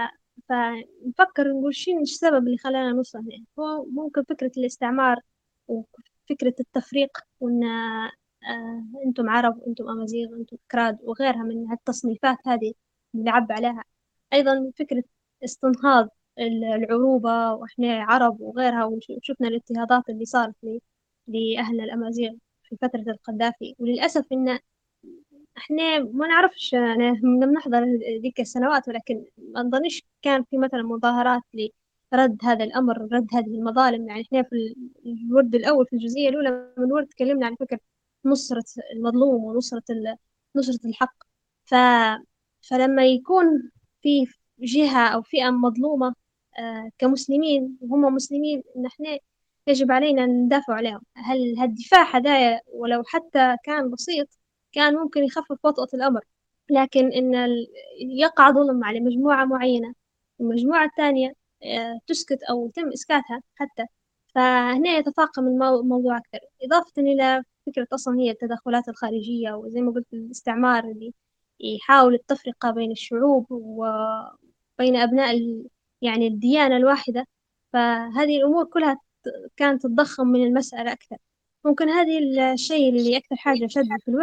فنفكر نقول شنو السبب اللي خلانا نوصل هنا. هو ممكن فكرة الاستعمار وفكرة التفريق، وأن آه أنتم عرب وأنتم أمازيغ وأنتم كراد وغيرها من هالتصنيفات هذه اللي عب عليها. أيضا فكرة استنهاض العروبة وإحنا عرب وغيرها، وشفنا الاضطهادات اللي صارت لأهل الأمازيغ في فترة القذافي. وللأسف إن إحنا ما نعرفش، أنا لم نحضر ذيك السنوات، ولكن ما نظنش كان في مثلا مظاهرات لرد هذا الأمر، رد هذه المظالم. يعني إحنا في الورد الأول في الجزئية الأولى من الورد تكلمنا عن فكرة نصرة المظلوم ونصرة نصرة الحق. ف... فلما يكون في جهة أو فئة مظلومة آه كمسلمين وهم مسلمين، إن إحنا يجب علينا ندافع عليهم. هل هالدفاع هذا ولو حتى كان بسيط كان ممكن يخفف وطأة الأمر، لكن إن يقع ظلم على مجموعة معينة والمجموعة الثانية آه تسكت أو يتم إسكاتها حتى، فهنا يتفاقم الموضوع أكثر. إضافة إلى فكرة أصلا هي التدخلات الخارجية، وزي ما قلت الاستعمار اللي يحاول التفرقة بين الشعوب وبين أبناء يعني الديانة الواحدة. فهذه الأمور كلها كانت تتضخم من المسألة أكثر. ممكن هذه الشيء اللي أكثر حاجة شد في الورد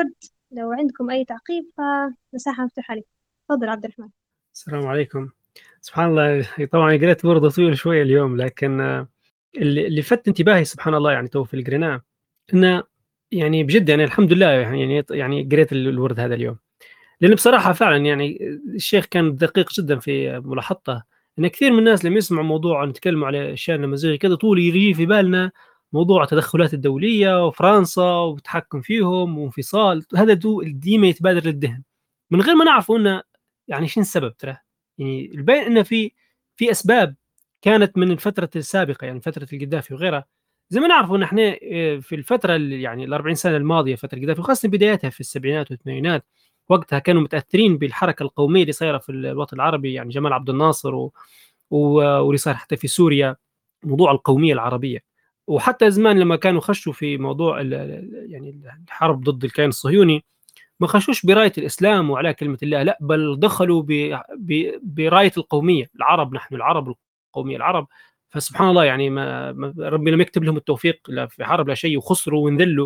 لو عندكم أي تعقيب فمساحة مفتوحة لك. تفضل عبد الرحمن. السلام عليكم. سبحان الله، طبعا قريت برضه طويل شوية اليوم، لكن آه، اللي اللي فت انتباهي سبحان الله يعني تو في القرناء انه يعني بجد يعني الحمد لله يعني يعني قريت ال- الورد هذا اليوم، لأن بصراحة فعلا يعني الشيخ كان دقيق جدا في ملاحظته أن كثير من الناس لما يسمعوا موضوع نتكلم على أشياء نماذجية كذا طول يجي في بالنا موضوع التدخلات الدولية وفرنسا وتحكم فيهم وانفصال، هذا دو ديما يتبادر للذهن من غير ما نعرف أنه يعني شنو السبب. ترى يعني البين أن في في أسباب كانت من الفترة السابقة، يعني فترة القذافي وغيرها. زي ما نعرف ان احنا آه، في الفتره اللي يعني ال أربعين سنه الماضيه فتره القذافي، وخاصه بداياتها في السبعينات والثمانينات، وقتها كانوا متاثرين بالحركه القوميه اللي صايره في الوطن العربي، يعني جمال عبد الناصر و... و... واللي صار حتى في سوريا، موضوع القوميه العربيه. وحتى زمان لما كانوا خشوا في موضوع ال... يعني الحرب ضد الكيان الصهيوني، ما خشوش برايه الاسلام وعلى كلمه الله، لا بل دخلوا ب... ب... برايه القوميه، العرب نحن العرب، القوميه العرب. فسبحان الله يعني ما... ما ربي لم يكتب لهم التوفيق لا في حرب لا شيء، وخسروا وانذلوا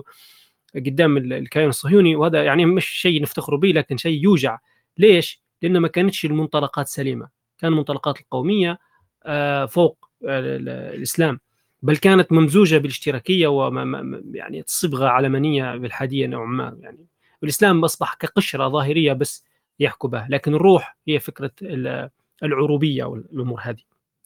قدام الكيان الصهيوني. وهذا يعني مش شيء نفتخر به، لكن شيء يوجع. ليش؟ لأنه ما كانتش المنطلقات سليمة، كان المنطلقات القومية آه، فوق الإسلام، بل كانت ممزوجة بالاشتراكية وما يعني صبغة علمانية بالحادية نوعا ما. يعني والإسلام أصبح كقشرة ظاهرية بس يحكو بها، لكن الروح هي فكرة العروبية والأمور هذه.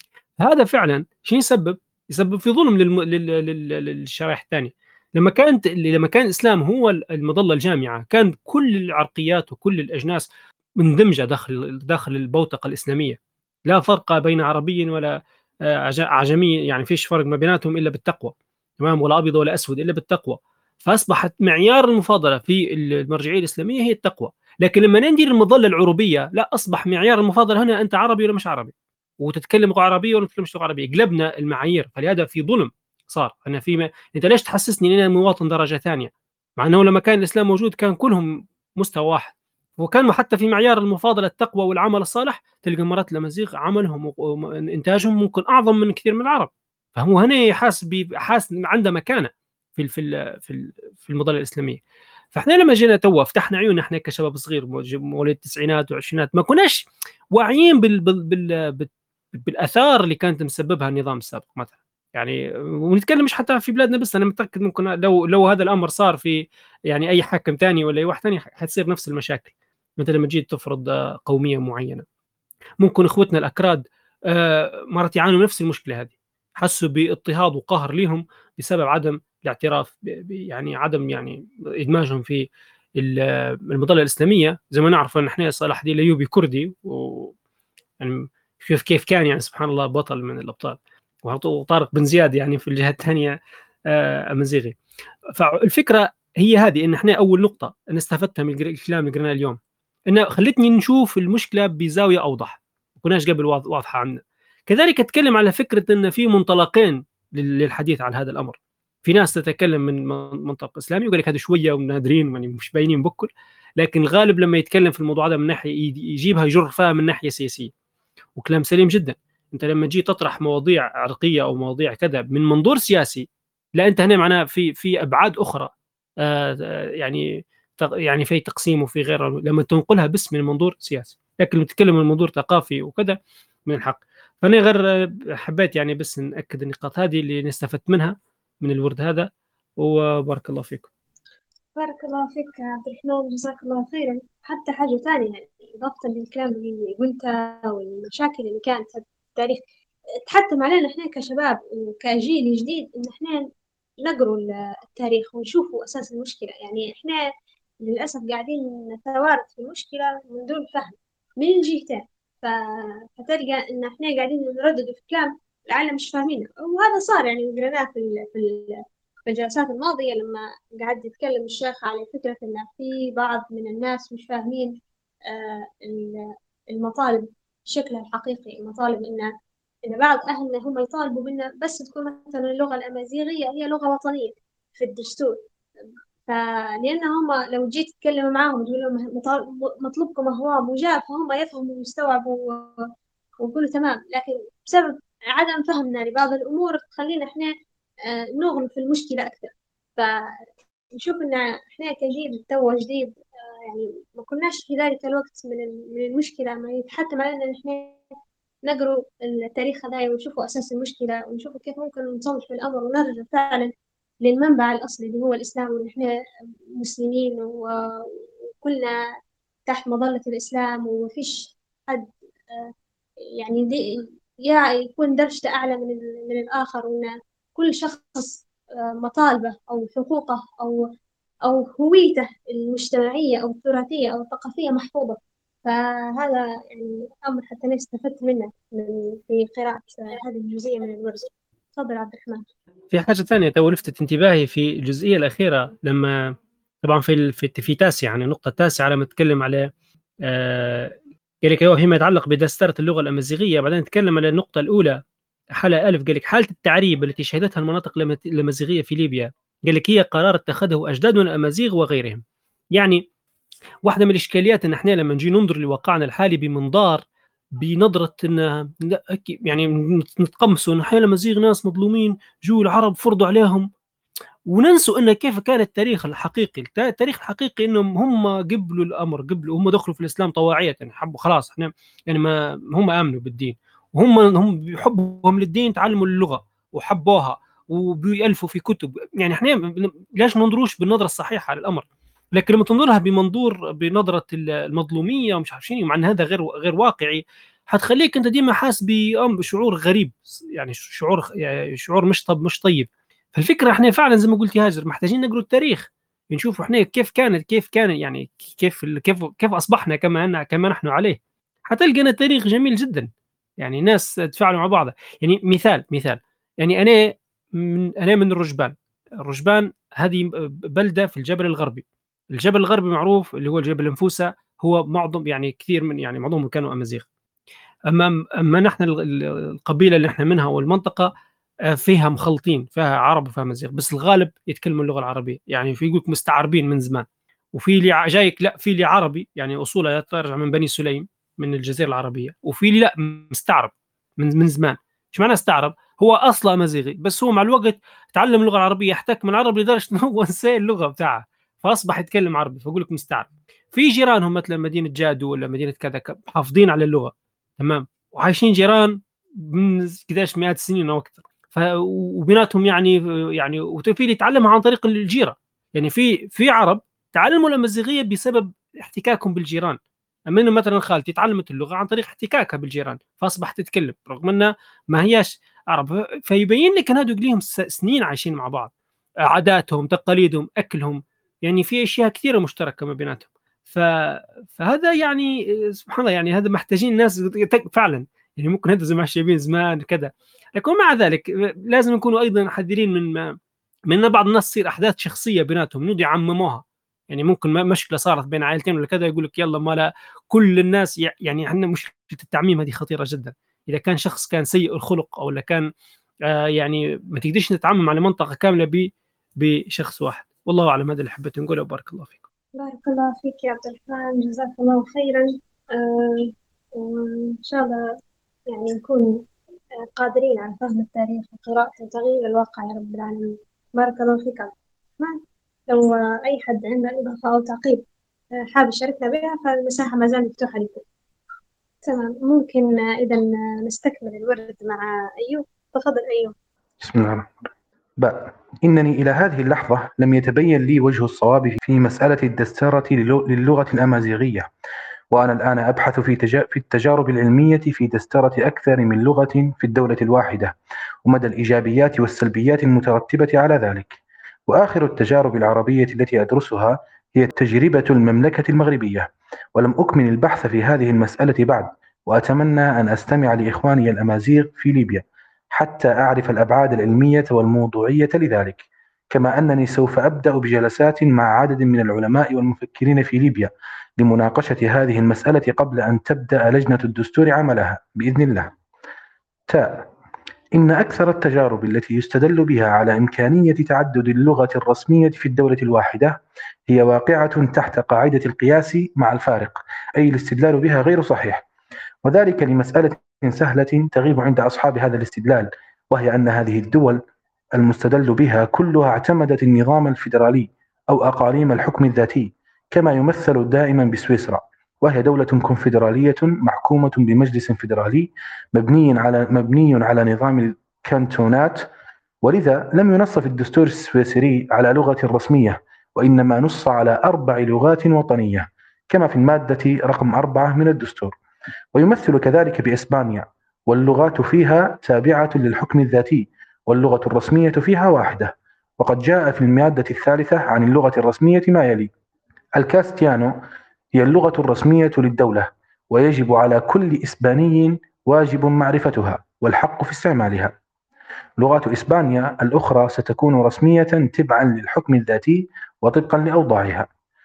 هذا فعلا شو يسبب؟ يسبب في ظلم للم... لل... لل... للشرائح الثانيه. لما كانت لما كان الاسلام هو المظله الجامعه، كان كل العرقيات وكل الاجناس مندمجه داخل داخل البوتقه الاسلاميه، لا فرق بين عربي ولا آه، عجمي، يعني فيش فرق ما بيناتهم الا بالتقوى، تمام، ولا ابيض ولا اسود الا بالتقوى. فاصبحت معيار المفاضله في المرجعيه الاسلاميه هي التقوى. لكن لما ندير المظله العروبيه، لا، اصبح معيار المفاضله هنا انت عربي ولا مش عربي، وتتكلم لغه عربيه ولا ما تتكلمش لغه عربيه. قلبنا المعايير، فلهذا في ظلم صار. انا في ما... انت ليش تحسسني ان انا مواطن درجه ثانيه، مع انه لما كان الاسلام موجود كان كلهم مستوى واحد، وكان حتى في معيار المفاضله التقوى والعمل الصالح، تلقى مرات الامازيغ عملهم وانتاجهم ممكن اعظم من كثير من العرب. فهو هنا حاس حاس عنده مكانه في في في في المظله الاسلاميه. فاحنا لما جينا توا فتحنا عيوننا احنا كشباب صغير مواليد التسعينات والعشرينات، ما كناش واعيين بال بال بال بالاثار اللي كانت مسببها النظام السابق مثلا. يعني ونتكلم مش حتى في بلادنا بس، انا متاكد ممكن لو لو هذا الامر صار في يعني اي حاكم ثاني ولا اي واحد ثاني حتصير نفس المشاكل. مثلا لما تجي تفرض قوميه معينه، ممكن اخوتنا الاكراد مرات يعانوا من نفس المشكله هذه، حسوا باضطهاد وقهر لهم بسبب عدم الاعتراف يعني عدم يعني ادماجهم في المظله الاسلاميه. زي ما نعرف ان احنا صلاح الدين الايوبي كردي، و يعني شوف كيف كان يعني سبحان الله بطل من الابطال، وطارق بن زياد يعني في الجهه الثانيه امازيغي. فالفكره هي هذه، ان احنا اول نقطه انا استفدتها من الكلام اللي قلناه اليوم، انه خلتني نشوف المشكله بزاويه اوضح ما كناش قبل واضحه عنا. كذلك اتكلم على فكره ان في منطلقين للحديث عن هذا الامر. في ناس تتكلم من منطلق اسلامي ويقول لك هذا شويه ونادرين يعني مش باينين بكل، لكن الغالب لما يتكلم في الموضوع هذا من ناحيه يجيبها يجر فيها من ناحيه سياسيه، وكلام سليم جدا. انت لما تجي تطرح مواضيع عرقيه او مواضيع كذا من منظور سياسي، لا انت هنا معناها في في ابعاد اخرى آه يعني يعني في تقسيم وفي غيره لما تنقلها بس من منظور سياسي، لكن لما تتكلم من منظور ثقافي وكذا من الحق. فانا غير حبيت يعني بس ناكد النقاط هذه اللي نستفدت منها من الورد هذا، وبارك الله فيكم. بارك الله فيك يا عبد الرحمن، جزاك الله خيرا. حتى حاجة ثانية يعني إضافة للكلام اللي قلته والمشاكل اللي كانت في التاريخ، تحتم علينا إحنا كشباب وكجيل جديد إن إحنا نقروا التاريخ ونشوفوا أساس المشكلة. يعني إحنا للأسف قاعدين نتوارث في المشكلة من دون فهم من الجهتين، فتلقى إن إحنا قاعدين نردد في كلام العالم مش فاهمينه. وهذا صار يعني قريناه في ال في ال في الجلسات الماضية لما قاعد يتكلم الشيخ على فكرة إن في بعض من الناس مش فاهمين آه المطالب شكلها الحقيقي. المطالب إن إن بعض أهلنا هم يطالبوا بنا بس تكون مثلا اللغة الأمازيغية هي لغة وطنية في الدستور. فلأن هم لو جيت تتكلم معاهم تقول لهم مطلوبكم هو مجاب، فهم يفهموا ويستوعبوا ويقولوا تمام. لكن بسبب عدم فهمنا لبعض الأمور تخلينا إحنا نغلق في المشكلة أكثر. نشوف إن إحنا كجيل تو جديد يعني ما كناش في ذلك الوقت من من المشكلة ما يتحتم علينا إن إحنا نقروا التاريخ هذا ونشوفوا أساس المشكلة ونشوفوا كيف ممكن نصلح الأمر ونرجع فعلا للمنبع الأصلي اللي هو الإسلام، وإن إحنا مسلمين وكلنا تحت مظلة الإسلام ومفيش حد يعني دي يا يكون درجته أعلى من من الآخر، وإن كل شخص مطالبه أو حقوقه أو أو هويته المجتمعية أو التراثية أو الثقافية محفوظة. فهذا يعني أمر حتى أنا استفدت منه من في قراءة هذه الجزئية من الورد. تفضل عبد الرحمن. في حاجة ثانية تو لفتت انتباهي في الجزئية الأخيرة، لما طبعا في في في تاسع يعني النقطة التاسعة لما تكلم على آه قال لك فيما يتعلق بدسترة اللغة الأمازيغية، بعدين تكلم على النقطة الأولى حالة ألف، قال لك حالة التعريب التي شهدتها المناطق الأمازيغية في ليبيا، قال لك هي قرار اتخذه أجدادنا الأمازيغ وغيرهم. يعني واحدة من الإشكاليات أن احنا لما نجي ننظر لواقعنا الحالي بمنظار بنظرة أن يعني نتقمصوا أن احنا الأمازيغ ناس مظلومين جو العرب فرضوا عليهم، وننسوا أن كيف كان التاريخ الحقيقي. التاريخ الحقيقي أنهم هم قبلوا الأمر، قبلوا هم دخلوا في الإسلام طواعية، يعني حبوا خلاص احنا يعني ما هم آمنوا بالدين، وهم هم بحبهم للدين تعلموا اللغة وحبوها وبيألفوا في كتب. يعني احنا ليش ما ننظروش بالنظرة الصحيحة على الأمر؟ لكن لما تنظرها بمنظور بنظرة المظلومية ومش عارف شنو، مع أن هذا غير غير واقعي، حتخليك أنت ديما حاس بشعور غريب، يعني شعور يعني شعور مش طب مش طيب. فالفكرة احنا فعلا زي ما قلت يا هاجر محتاجين نقرأ التاريخ، نشوف احنا كيف كانت كيف كان يعني كيف كيف كيف أصبحنا كما كما نحن عليه. حتلقى أن التاريخ جميل جدا، يعني ناس تفاعلوا مع بعض. يعني مثال مثال يعني أنا من أنا من الرجبان. الرجبان هذه بلدة في الجبل الغربي. الجبل الغربي معروف اللي هو جبل انفوسة، هو معظم يعني كثير من يعني معظمهم كانوا أمازيغ. أما أما نحن القبيلة اللي احنا منها والمنطقة فيها مخلطين، فيها عرب وفيها أمازيغ، بس الغالب يتكلموا اللغة العربية. يعني في يقولك مستعربين من زمان، وفي اللي جايك لا في اللي عربي يعني أصوله ترجع من بني سليم من الجزيرة العربية، وفي اللي لا مستعرب من من زمان. ايش معنى استعرب؟ هو اصلا امازيغي بس هو مع الوقت تعلم اللغه العربيه، احتك من العرب لدرجه انه هو نسى اللغه بتاعه فاصبح يتكلم عربي، فاقول لك مستعرب. في جيرانهم مثلا مدينه جادو ولا مدينه كذا حافظين على اللغه تمام، وعايشين جيران من قداش مئات السنين او اكثر، ف وبيناتهم يعني يعني وفي اللي يتعلمها عن طريق الجيره. يعني في في عرب تعلموا الامازيغيه بسبب احتكاكهم بالجيران. منهم مثلا خالتي تعلمت اللغه عن طريق احتكاكها بالجيران فاصبحت تتكلم رغم انها ما هياش عرب. فيبين لك ان هذول لهم سنين عايشين مع بعض، عاداتهم تقاليدهم اكلهم، يعني في اشياء كثيره مشتركه ما بيناتهم. ف... فهذا يعني سبحان الله، يعني هذا محتاجين ناس فعلا، يعني ممكن هذا زي ما شايفين زمان كذا. لكن مع ذلك لازم نكونوا ايضا حذرين من ما من بعض الناس تصير احداث شخصيه بيناتهم نودي يعمموها. يعني ممكن مشكله صارت بين عائلتين ولا كذا يقول لك يلا ما لا كل الناس، يعني عندنا مشكله التعميم هذه خطيره جدا. اذا كان شخص كان سيء الخلق او لا كان آه يعني ما تقدرش نتعمم على منطقه كامله بشخص واحد. والله اعلم. هذا اللي حبيت نقوله. بارك الله فيكم. بارك الله فيك يا عبد الرحمن، جزاك الله خيرا. آه وإن شاء الله يعني نكون قادرين على فهم التاريخ وقراءته وتغيير الواقع يا رب العالمين. بارك الله فيك عبد الرحمن. لو أي حد عنده إضافة أو تعقيب حابب يشاركنا بها فالمساحة ما زالت مفتوحة لكم. تمام، ممكن إذا نستكمل الورد مع أيوب. تفضل أيوب. بسم الله الرحمن الرحيم. باء إنني إلى هذه اللحظة لم يتبين لي وجه الصواب في مسألة الدسترة للغة الأمازيغية، وأنا الآن أبحث في, تجا... في التجارب العلمية في دسترة أكثر من لغة في الدولة الواحدة ومدى الإيجابيات والسلبيات المترتبة على ذلك. وآخر التجارب العربية التي أدرسها هي تجربة المملكة المغربية، ولم أكمل البحث في هذه المسألة بعد، وأتمنى أن أستمع لإخواني الأمازيغ في ليبيا حتى أعرف الأبعاد العلمية والموضوعية لذلك، كما أنني سوف أبدأ بجلسات مع عدد من العلماء والمفكرين في ليبيا لمناقشة هذه المسألة قبل أن تبدأ لجنة الدستور عملها بإذن الله. تاء إن أكثر التجارب التي يستدل بها على إمكانية تعدد اللغة الرسمية في الدولة الواحدة هي واقعة تحت قاعدة القياس مع الفارق، أي الاستدلال بها غير صحيح، وذلك لمسألة سهلة تغيب عند أصحاب هذا الاستدلال، وهي أن هذه الدول المستدل بها كلها اعتمدت النظام الفيدرالي أو أقاليم الحكم الذاتي، كما يمثل دائما بسويسرا، وهي دولة كونفدرالية محكومة بمجلس فيدرالي مبني على مبني على نظام الكانتونات، ولذا لم ينص في الدستور السويسري على لغة رسمية، وإنما نص على أربع لغات وطنية كما في المادة رقم أربعة من الدستور. ويمثل كذلك بإسبانيا، واللغات فيها تابعة للحكم الذاتي، واللغة الرسمية فيها واحدة. وقد جاء في المادة الثالثة عن اللغة الرسمية ما يلي: الكاستيانو هي اللغة الرسمية للدولة، ويجب على كل إسباني واجب معرفتها والحق في استعمالها. لغات إسبانيا الأخرى ستكون رسمية تبعا للحكم الذاتي وطبقا لأوضاعها.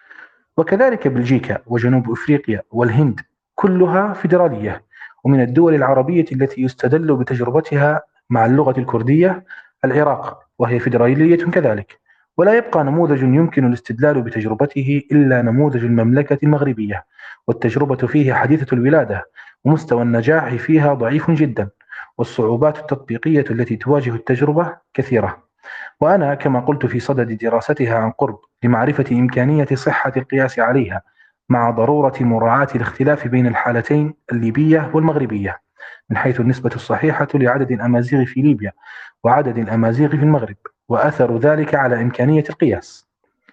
وكذلك بلجيكا وجنوب أفريقيا والهند كلها فيدرالية. ومن الدول العربية التي يستدل بتجربتها مع اللغة الكردية العراق، وهي فيدرالية كذلك. ولا يبقى نموذج يمكن الاستدلال بتجربته إلا نموذج المملكة المغربية، والتجربة فيه حديثة الولادة، ومستوى النجاح فيها ضعيف جدا، والصعوبات التطبيقية التي تواجه التجربة كثيرة. وأنا كما قلت في صدد دراستها عن قرب لمعرفة إمكانية صحة القياس عليها، مع ضرورة مراعاة الاختلاف بين الحالتين الليبية والمغربية من حيث النسبة الصحيحة لعدد الأمازيغ في ليبيا وعدد الأمازيغ في المغرب، وأثر ذلك على إمكانية القياس.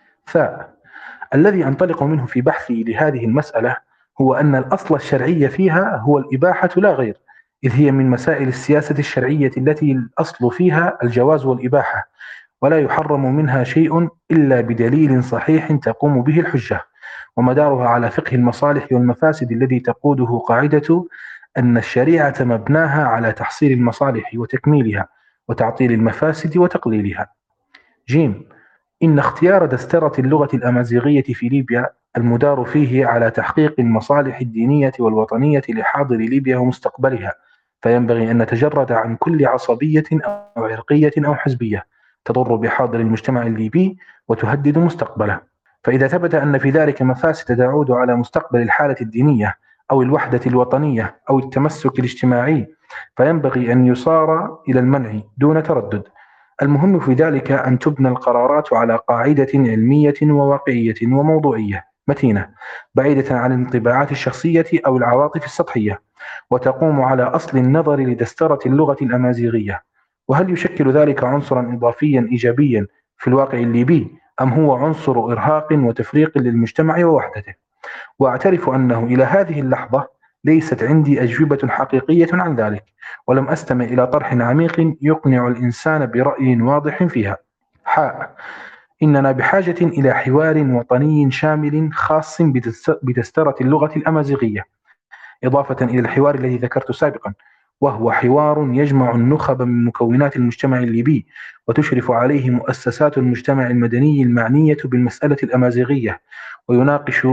ثاء الذي أنطلق منه في بحثي لهذه المسألة هو أن الأصل الشرعي فيها هو الإباحة لا غير، إذ هي من مسائل السياسة الشرعية التي الأصل فيها الجواز والإباحة، ولا يحرم منها شيء إلا بدليل صحيح تقوم به الحجة، ومدارها على فقه المصالح والمفاسد الذي تقوده قاعدة أن الشريعة مبناها على تحصيل المصالح وتكميلها، وتعطيل المفاسد وتقليلها. جيم إن اختيار دسترة اللغة الأمازيغية في ليبيا المدار فيه على تحقيق المصالح الدينية والوطنية لحاضر ليبيا ومستقبلها، فينبغي أن نتجرد عن كل عصبية أو عرقية أو حزبية تضر بحاضر المجتمع الليبي وتهدد مستقبله. فإذا ثبت أن في ذلك مفاسد تعود على مستقبل الحالة الدينية أو الوحدة الوطنية أو التمسك الاجتماعي، فينبغي أن يصار إلى المنع دون تردد. المهم في ذلك أن تبنى القرارات على قاعدة علمية وواقعية وموضوعية متينة، بعيدة عن الانطباعات الشخصية أو العواطف السطحية، وتقوم على أصل النظر لدسترة اللغة الأمازيغية. وهل يشكل ذلك عنصرا إضافيا إيجابيا في الواقع الليبي، أم هو عنصر إرهاق وتفريق للمجتمع ووحدته؟ وأعترف أنه إلى هذه اللحظة ليست عندي أجوبة حقيقية عن ذلك، ولم أستمع إلى طرح عميق يقنع الإنسان برأي واضح فيها. حاء إننا بحاجة إلى حوار وطني شامل خاص بدسترة اللغة الأمازيغية، إضافة إلى الحوار الذي ذكرت سابقا، وهو حوار يجمع النخب من مكونات المجتمع الليبي، وتشرف عليه مؤسسات المجتمع المدني المعنية بالمسألة الأمازيغية، ويناقش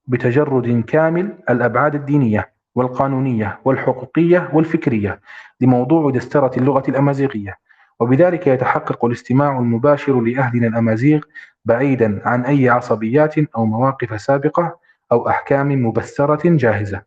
بتجرد كامل الأبعاد الدينية والقانونية والحقوقية والفكرية لموضوع دسترة اللغة الأمازيغية، وبذلك يتحقق الاستماع المباشر لأهلنا الأمازيغ بعيدا عن أي عصبيات أو مواقف سابقة أو أحكام مبسترة جاهزة.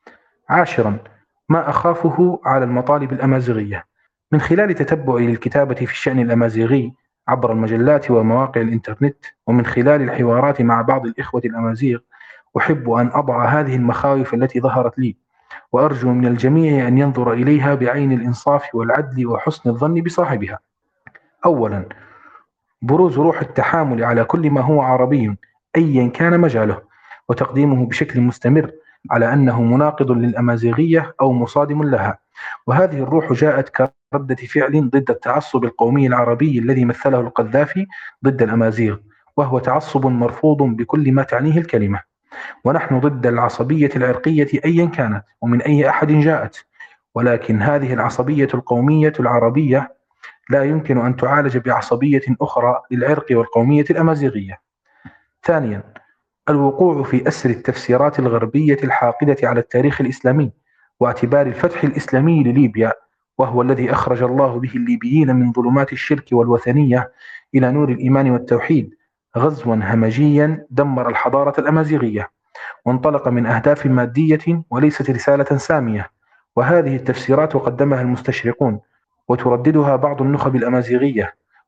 عاشرا ما أخافه على المطالب الأمازيغية. من خلال تتبعي للكتابة في الشأن الأمازيغي عبر المجلات ومواقع الإنترنت، ومن خلال الحوارات مع بعض الإخوة الأمازيغ، أحب أن أضع هذه المخاوف التي ظهرت لي، وأرجو من الجميع أن ينظر إليها بعين الإنصاف والعدل وحسن الظن بصاحبها. أولا، بروز روح التحامل على كل ما هو عربي أيا كان مجاله، وتقديمه بشكل مستمر على أنه مناقض للأمازيغية أو مصادم لها. وهذه الروح جاءت كردة فعل ضد التعصب القومي العربي الذي مثله القذافي ضد الأمازيغ، وهو تعصب مرفوض بكل ما تعنيه الكلمة. ونحن ضد العصبية العرقية أيا كانت ومن أي أحد جاءت، ولكن هذه العصبية القومية العربية لا يمكن أن تعالج بعصبية أخرى للعرق والقومية الأمازيغية. ثانيا، الوقوع في أسر التفسيرات الغربية الحاقدة على التاريخ الإسلامي، واعتبار الفتح الإسلامي لليبيا، وهو الذي أخرج الله به الليبيين من ظلمات الشرك والوثنية إلى نور الإيمان والتوحيد، غزوا همجيا دمر الحضارة الأمازيغية، وانطلق من أهداف مادية وليست رسالة سامية. وهذه التفسيرات قدمها المستشرقون وترددها بعض النخب الأمازيغية،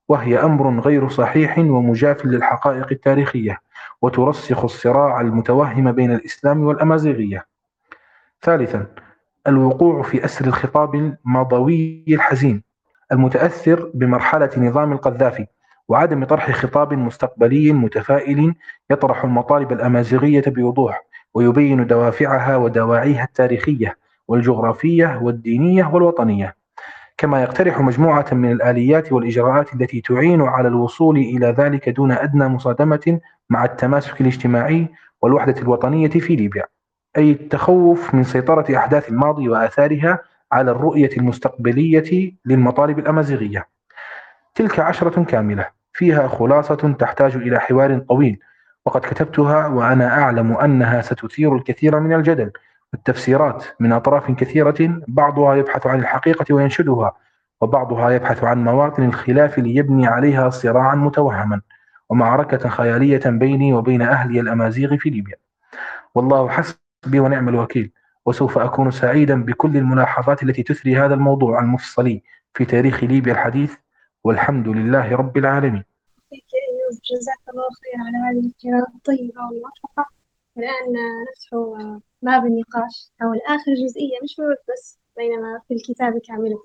وهي أمر غير صحيح ومجاف للحقائق التاريخية، وترسخ الصراع المتوهم بين الإسلام والأمازيغية. ثالثا، الوقوع في أسر الخطاب الماضوي الحزين المتأثر بمرحلة نظام القذافي، وعدم طرح خطاب مستقبلي متفائل يطرح المطالب الأمازيغية بوضوح ويبين دوافعها ودواعيها التاريخية والجغرافية والدينية والوطنية، كما يقترح مجموعة من الآليات والإجراءات التي تعين على الوصول إلى ذلك دون أدنى مصادمة مع التماسك الاجتماعي والوحدة الوطنية في ليبيا، أي التخوف من سيطرة أحداث الماضي وآثارها على الرؤية المستقبلية للمطالب الأمازيغية. تلك عشرة كاملة فيها خلاصة تحتاج إلى حوار طويل، وقد كتبتها وأنا أعلم أنها ستثير الكثير من الجدل والتفسيرات من أطراف كثيرة، بعضها يبحث عن الحقيقة وينشدها، وبعضها يبحث عن مواطن الخلاف ليبني عليها صراعا متوهما ومعركة خيالية بيني وبين أهلي الأمازيغ في ليبيا. والله حسبي ونعم الوكيل، وسوف أكون سعيدا بكل الملاحظات التي تثري هذا الموضوع المفصلي في تاريخ ليبيا الحديث، والحمد لله رب العالمين. أيوب، جزاك الله خير على هذه القراءة الطيبة والموفقة. الآن نفتح باب النقاش حول آخر جزئية مش موجود بس بينما في الكتاب كاملة.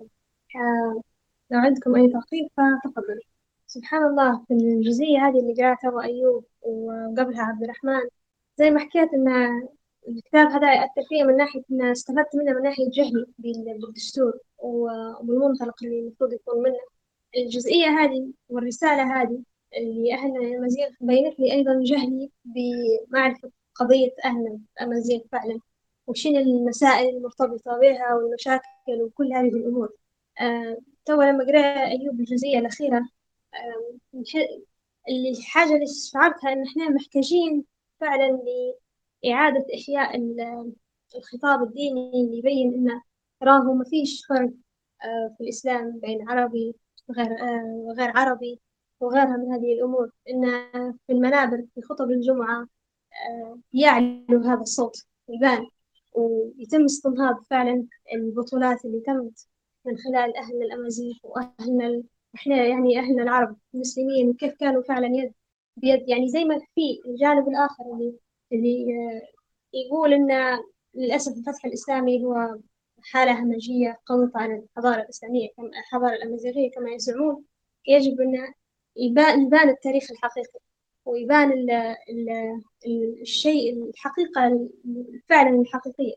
لو عندكم أي تعقيب فتفضلوا. سبحان الله، في الجزئية هذه اللي قرأتها أبو أيوب وقبلها عبد الرحمن، زي ما حكيت إن الكتاب هذا يأثر فيه من ناحية إن استفدت منه من ناحية جهلي بالدستور وبالمنطلق اللي المفروض يكون منه. الجزئية هذه والرسالة هذه اللي أهلنا الأمازيغ بينت لي أيضا جهلي بمعرفة قضية أهلنا الأمازيغ فعلا، وشين المسائل المرتبطة بها والمشاكل وكل هذه الأمور. آه، تو لما قرأ أيوب الجزئية الأخيرة، آه، الحاجة اللي شعرتها إن إحنا محتاجين فعلا لإعادة إحياء الخطاب الديني اللي يبين إنه راهو ما فيش فرق آه، في الإسلام بين عربي وغير آه، وغير عربي وغيرها من هذه الأمور، إن في المنابر في خطب الجمعة آه، يعلو هذا الصوت يبان، ويتم استنهاض فعلا البطولات اللي تمت من خلال أهلنا الأمازيغ وأهلنا إحنا يعني أهلنا العرب المسلمين، وكيف كانوا فعلا يد بيد. يعني زي ما في الجانب الآخر اللي اللي يقول إن للأسف الفتح الإسلامي هو حالة همجية قوت على الحضارة الإسلامية كما الحضارة الأمازيغية كما يزعمون، يجب أن يبان, يبان التاريخ الحقيقي ويبان ال ال ال الشيء الحقيقة فعلا الحقيقية.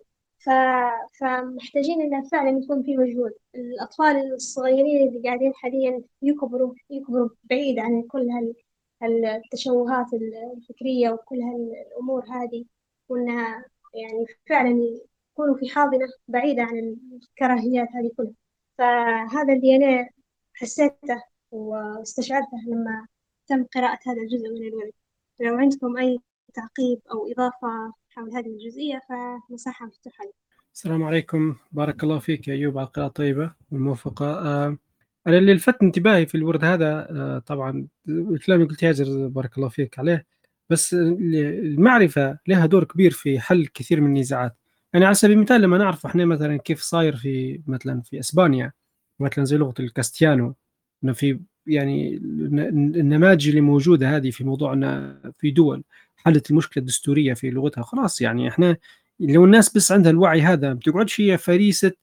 فمحتاجين إن فعلا يكون في مجهود. الأطفال الصغيرين اللي قاعدين حاليا يكبروا يكبروا بعيد عن كل هالتشوهات الفكرية وكل هالأمور هذه، وإنها يعني فعلا يكونوا في حاضنة بعيدة عن الكراهيات هذه كلها. فهذا اللي أنا حسيته واستشعرته لما تم قراءة هذا الجزء من الورد. لو عندكم أي تعقيب أو إضافة حول هذه الجزئية فمساحة مفتوحة لي. السلام عليكم، بارك الله فيك يا أيوب على القراءة الطيبة والموفقة. آه أنا اللي لفت انتباهي في الورد هذا آه طبعا الكلام اللي قلت ياجر بارك الله فيك عليه، بس المعرفة لها دور كبير في حل كثير من النزاعات. يعني على سبيل المثال لما نعرف احنا مثلا كيف صاير في مثلا في اسبانيا مثلا زي لغة الكاستيانو، انه في يعني النماذج اللي موجودة هذه في موضوعنا في دول حلت المشكلة الدستورية في لغتها، خلاص يعني احنا لو الناس بس عندها الوعي هذا ما بتقعدش هي فريسة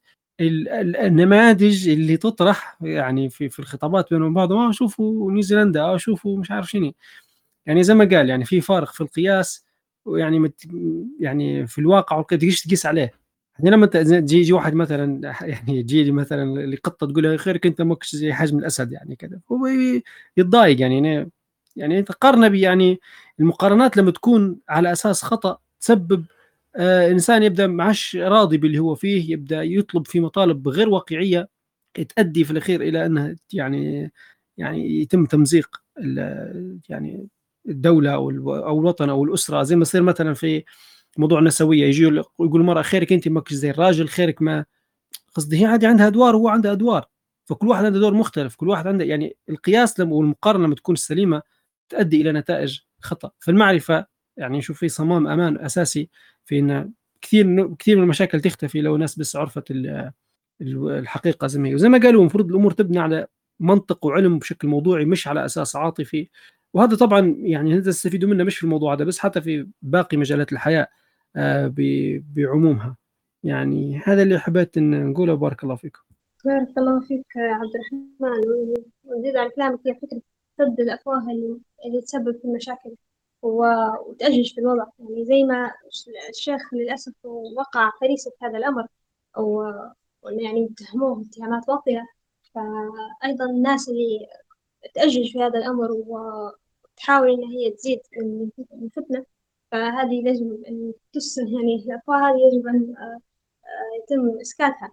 النماذج اللي تطرح يعني في في الخطابات بينهم بعض. ما شوفوا نيوزيلندا او شوفوا مش عارف شنو، يعني زي ما قال يعني في فارق في القياس، ويعني مت يعني في الواقع والقياس تقيس عليه. يعني لما تجي يجي واحد مثلا يعني يجي لي مثلا لقطه تقول له خيرك انت ماكش زي حجم الاسد يعني كذا، هو يتضايق. يعني يعني تقارن بي يعني المقارنات لما تكون على اساس خطا تسبب آه انسان يبدا معش راضي باللي هو فيه، يبدا يطلب في مطالب غير واقعيه تؤدي في الاخير الى انها يعني يعني يتم تمزيق يعني الدولة أو الوطن أو الأسرة. زي ما يصير مثلا في موضوع النسوية، يجي يقول المرأة خيرك أنت ماكش زي الراجل، خيرك ما قصدي هي عادي عندها أدوار وهو عنده أدوار، فكل واحد عنده دور مختلف، كل واحد عنده يعني القياس والمقارنة لما تكون سليمة تؤدي إلى نتائج خطأ. فالمعرفة يعني نشوف في صمام أمان أساسي في إن كثير كثير من المشاكل تختفي لو الناس بس عرفت الحقيقة زي ما هي. وزي ما قالوا المفروض الأمور تبنى على منطق وعلم بشكل موضوعي مش على أساس عاطفي. وهذا طبعا يعني هذا تستفيدوا منه مش في الموضوع هذا بس، حتى في باقي مجالات الحياة بعمومها. يعني هذا اللي حبيت إن نقوله. بارك الله فيكم. بارك الله فيك عبد الرحمن. ونزيد على كلامك، هي فكرة سد الأفواه اللي, اللي تسبب في المشاكل وتأجج في الوضع. يعني زي ما الشيخ للأسف وقع فريسة هذا الأمر، أو يعني اتهموه اتهامات باطلة، فأيضا الناس اللي تأجج في هذا الأمر وتحاول إن هي تزيد من الفتنة، فهذه يجب أن تسن يعني الأفواه هذه يجب أن يتم إسكاتها.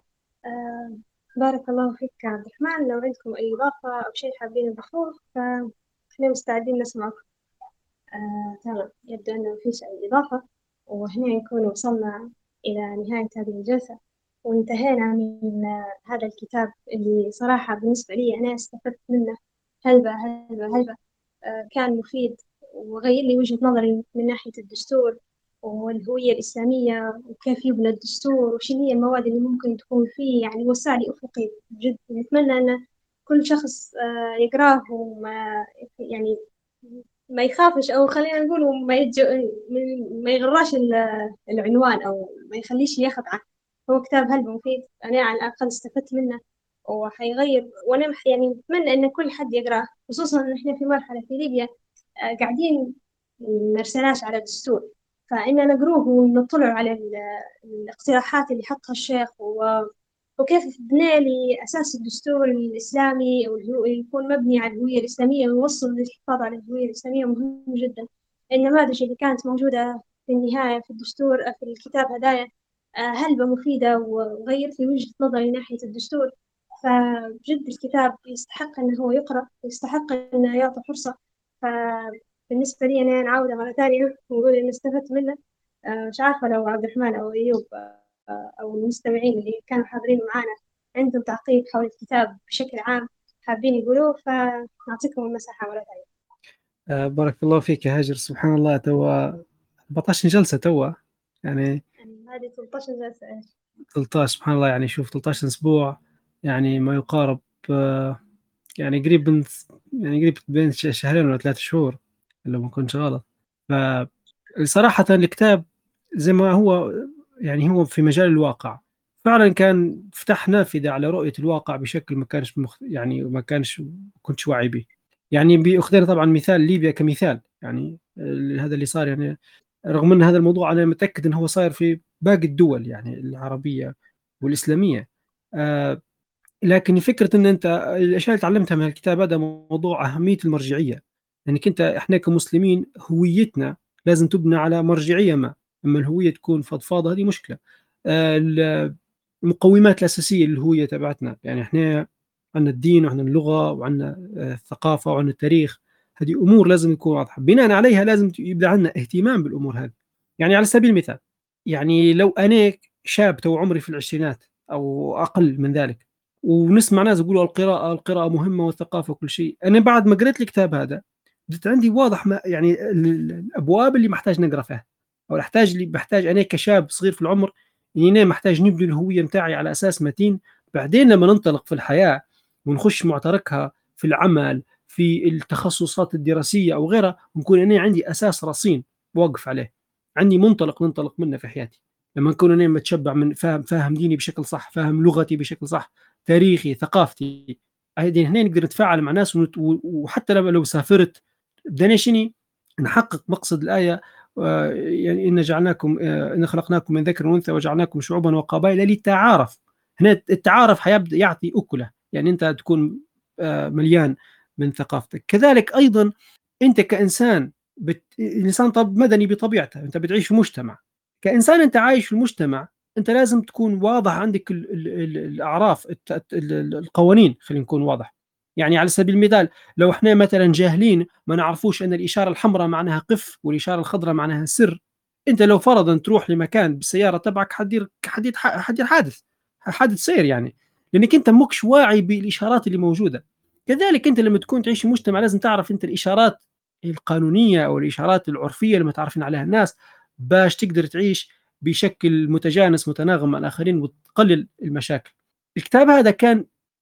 بارك الله فيك عبد الرحمن. لو عندكم أي إضافة أو شيء حابين تضيفوه فإحنا مستعدين نسمعكم. آه، تمام، يبدو أنه ما فيش أي إضافة، وهنا نكون وصلنا إلى نهاية هذه الجلسة وانتهينا من آه، هذا الكتاب اللي صراحة بالنسبة لي أنا استفدت منه هلبة هلبة هلبة. آه، كان مفيد وغير لي وجهة نظري من ناحية الدستور والهوية الإسلامية وكيف يبنى الدستور وش هي المواد اللي ممكن تكون فيه. يعني وسع لي أفقي بجد. نتمنى أن كل شخص آه، يقراه وما يعني ما يخافش، أو خلينا نقول ما يتج... ما يغراش العنوان أو ما يخليش يخدعه. هو كتاب هلبة مفيد، أنا على الأقل استفدت منه وحيغير. وأنا يعني أتمنى أن كل حد يقراه، خصوصا إن إحنا في مرحلة في ليبيا آه، قاعدين مرسناش على الدستور، فإننا نقروه ونطلع على الاقتراحات اللي حطها الشيخ و... وكيف بناء لأساس الدستور الإسلامي أو يكون مبني على الهوية الإسلامية ويوصل للحفاظ على الهوية الإسلامية. مهم جدا. النماذج اللي كانت موجودة في النهاية في الدستور في الكتاب هدايا هلبة مفيدة وغيرت لي وجهة نظري ناحية الدستور. فبجد الكتاب يستحق أنه هو يقرأ، يستحق أنه يعطى فرصة. فبالنسبة لي أنا نعاودة مرة ثانية ونقول إني استفدت منه. مش عارفة لو عبد الرحمن أو أيوب أو المستمعين اللي كانوا حاضرين معنا عندهم تعقيب حول الكتاب بشكل عام حابين يقولوه، فنعطيكم المساحة مرة ثانية. آه بارك الله فيك يا هاجر. سبحان الله، توا أربعة عشر جلسة توا يعني هذه ثلاثة عشر جلسة. ثلاثة عشر سبحان الله. يعني شوف ثلاثة عشر أسبوع يعني ما يقارب آه يعني قريب من يعني قريب بين شهرين ولا ثلاثة شهور لو ما كنت غلط. فصراحة الكتاب زي ما هو يعني هو في مجال الواقع فعلا كان فتح نافذة على رؤية الواقع بشكل ما كانش مخ... يعني ما كانش كنتش واعي به. يعني بأخذنا طبعا مثال ليبيا كمثال، يعني هذا اللي صار. يعني رغم أن هذا الموضوع أنا متأكد أنه هو صاير في باقي الدول يعني العربية والإسلامية. آه لكن فكرة أن أنت الأشياء اللي تعلمتها من الكتاب هذا موضوع أهمية المرجعية. يعني كنت إحنا كمسلمين هويتنا لازم تبنى على مرجعية ما. أما الهوية تكون فضفاضة هذه مشكلة. آه المقومات الأساسية للهوية تبعتنا يعني إحنا عندنا الدين وعندنا اللغة وعندنا الثقافة وعندنا التاريخ. هذه أمور لازم يكون واضحة، بناء عليها لازم يبدأ عندنا اهتمام بالأمور هذه. يعني على سبيل المثال، يعني لو أنا شاب تو عمري في العشرينات أو أقل من ذلك ونسمع ناس يقولوا القراءة القراءة مهمة والثقافة وكل شيء، أنا بعد ما قريت الكتاب هذا بدت عندي واضح ما يعني الأبواب اللي محتاج نقرأ فيها، أو أحتاج اللي بحتاج أنا كشاب صغير في العمر إني أنا محتاج نبني الهوية متاعي على أساس متين. بعدين لما ننطلق في الحياة ونخش معتركها في العمل في التخصصات الدراسية أو غيرها نكون أنا عندي أساس رصين واقف عليه، عندي منطلق ننطلق منه في حياتي. لما نكون أنا متشبع من فاهم فاهم ديني بشكل صح، فاهم لغتي بشكل صح، تاريخي ثقافتي، هذه هنا نقدر نتفاعل مع ناس. وحتى لو سافرت بدنا شني نحقق مقصد الآية يعني إن جعلناكم إن خلقناكم من ذكر وأنثى وجعلناكم شعوبا وقبائل للتعارف. هنا التعارف حيبدأ يعطي أكله، يعني أنت تكون مليان من ثقافتك. كذلك أيضا أنت كإنسان بت... الإنسان طب مدني بطبيعته، أنت بتعيش في مجتمع. كإنسان أنت عايش في المجتمع أنت لازم تكون واضح عندك ال... ال... الأعراف الت... القوانين. خلينا نكون واضح. يعني على سبيل المثال لو احنا مثلا جاهلين ما نعرفوش أن الإشارة الحمراء معناها قف والإشارة الخضراء معناها سر، أنت لو فرضا تروح لمكان بالسيارة تبعك حدير حدير حدير حادث حادث سير، يعني لأنك أنت مكش واعي بالإشارات اللي موجودة. كذلك أنت لما تكون تعيش في مجتمع لازم تعرف أنت الإشارات القانونية أو الإشارات العرفية اللي متعرفين عليها الناس باش تقدر تعيش بشكل متجانس متناغم مع الآخرين وتقلل المشاكل. الكتاب هذا كان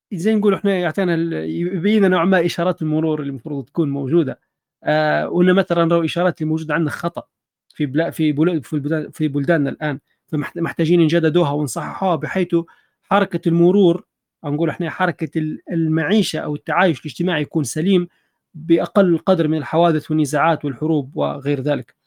زي نقول احنا يعطينا يبين لنا نوع ما اشارات المرور اللي المفروض تكون موجوده. آه وان مثلا لو اشارات اللي موجوده عندنا خطا في بلا في بلاد في البلدان في بلداننا الان، فمحتاجين نجددوها ونصححوها بحيث حركه المرور او نقول احنا حركه المعيشه او التعايش الاجتماعي يكون سليم باقل قدر من الحوادث والنزاعات والحروب وغير ذلك.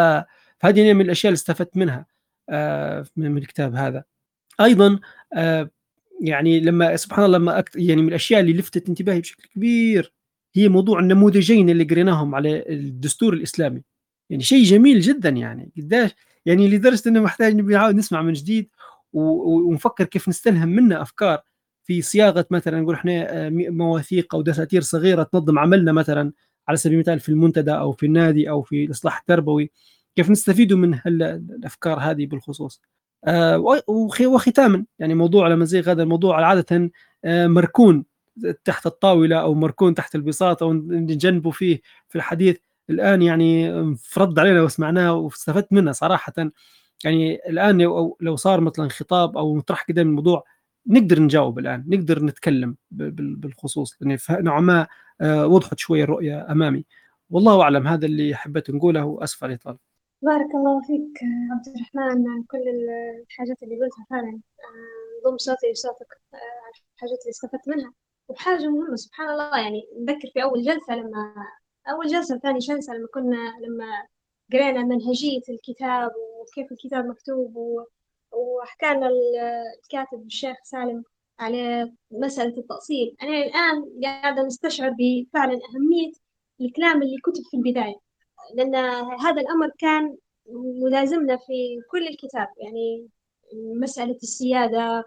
فهذه من الاشياء اللي استفدت منها آه من الكتاب هذا. ايضا آه يعني لما سبحان الله لما أكت... يعني من الاشياء اللي لفتت انتباهي بشكل كبير هي موضوع النموذجين اللي قريناهم على الدستور الاسلامي. يعني شيء جميل جدا، يعني قداش يعني لدرجه انه محتاج نبي نسمع من جديد ونفكر كيف نستلهم منه افكار في صياغه مثلا نقول احنا مواثيق او دساتير صغيره تنظم عملنا، مثلا على سبيل المثال في المنتدى او في النادي او في الاصلاح التربوي، كيف نستفيدوا من الافكار هذه بالخصوص. آه وختاما يعني موضوع الامازيغ هذا الموضوع عاده آه مركون تحت الطاوله او مركون تحت البساط او نجنبه فيه في الحديث. الان يعني فرض علينا وسمعناه واستفدت منه صراحه. يعني الان لو صار مثلا خطاب او نطرح قدام الموضوع نقدر نجاوب، الان نقدر نتكلم بالخصوص، لان نوعا ما آه وضحت شويه الرؤيه امامي. والله اعلم، هذا اللي حبيت نقوله واسف على الاطاله. بارك الله فيك عبد الرحمن، كل الحاجات اللي قلتها فعلا ضم صوتي وصوتك على الحاجات اللي استفدت منها. وبحاجة مهمة سبحان الله، يعني نذكر في أول جلسة لما أول جلسة وثاني جلسة لما كنا لما قرينا منهجية الكتاب وكيف الكتاب مكتوب و... وحكانا الكاتب الشيخ سالم على مسألة التأصيل. أنا الآن قاعدة نستشعر بفعلا أهمية الكلام اللي كتب في البداية، لأن هذا الأمر كان ملازمنا في كل الكتاب. يعني مسألة السيادة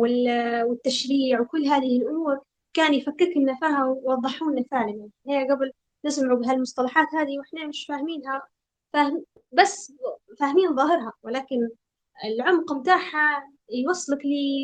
والتشريع وكل هذه الأمور كان يفكك لنا فيها ووضحوا لنا فعلا. يعني هي قبل نسمع بهالمصطلحات هذه وإحنا مش فاهمينها، فاهم بس فاهمين ظاهرها، ولكن العمق متاعها يوصلك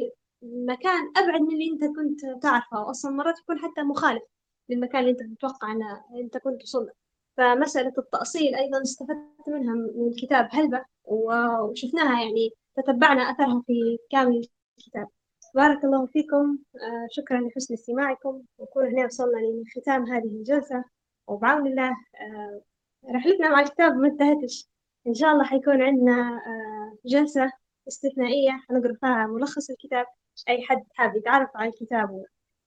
لمكان أبعد من اللي أنت كنت تعرفه، أصلا مرات يكون حتى مخالف للمكان اللي أنت تتوقع أن أنت كنت توصل. فمسألة التأصيل أيضا استفدت منها من الكتاب هلبة وشفناها، يعني تتبعنا أثرها في كامل الكتاب. بارك الله فيكم، آه شكرا لحسن استماعكم، ونكون هنا وصلنا لختام هذه الجلسة، وبعون الله آه رحلتنا مع الكتاب ما انتهتش. إن شاء الله حيكون عندنا آه جلسة استثنائية حنقرأ فيها ملخص الكتاب. أي حد حاب يتعرف على الكتاب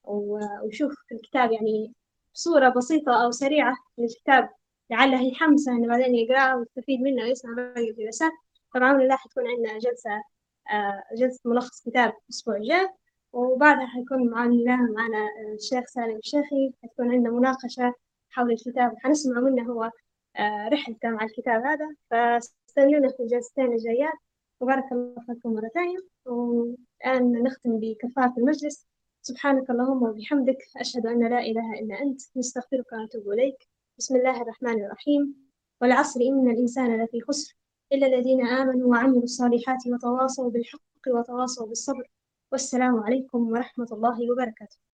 ويشوف الكتاب يعني بصورة بسيطة أو سريعة للكتاب لعله يحمسه إنه بعدين يقرأه ويستفيد منه ويسمع باقي الجلسات، طبعا الله حتكون عندنا جلسة آه جلسة ملخص كتاب الأسبوع الجاي، وبعدها حيكون معنا معنا الشيخ سالم الشيخي، حتكون عندنا مناقشة حول الكتاب وحنسمع منه هو آه رحلته مع الكتاب هذا. فاستنونا في الجلستين الجايات، وبارك الله فيكم مرة ثانية. والآن نختم بكفارة المجلس. سبحانك اللهم وبحمدك، أشهد أن لا إله إلا أنت، نستغفرك ونتوب إليك. بسم الله الرحمن الرحيم. والعصر إن الإنسان لفي خسر إلا الذين آمنوا وعملوا الصالحات وتواصوا بالحق وتواصوا بالصبر. والسلام عليكم ورحمة الله وبركاته.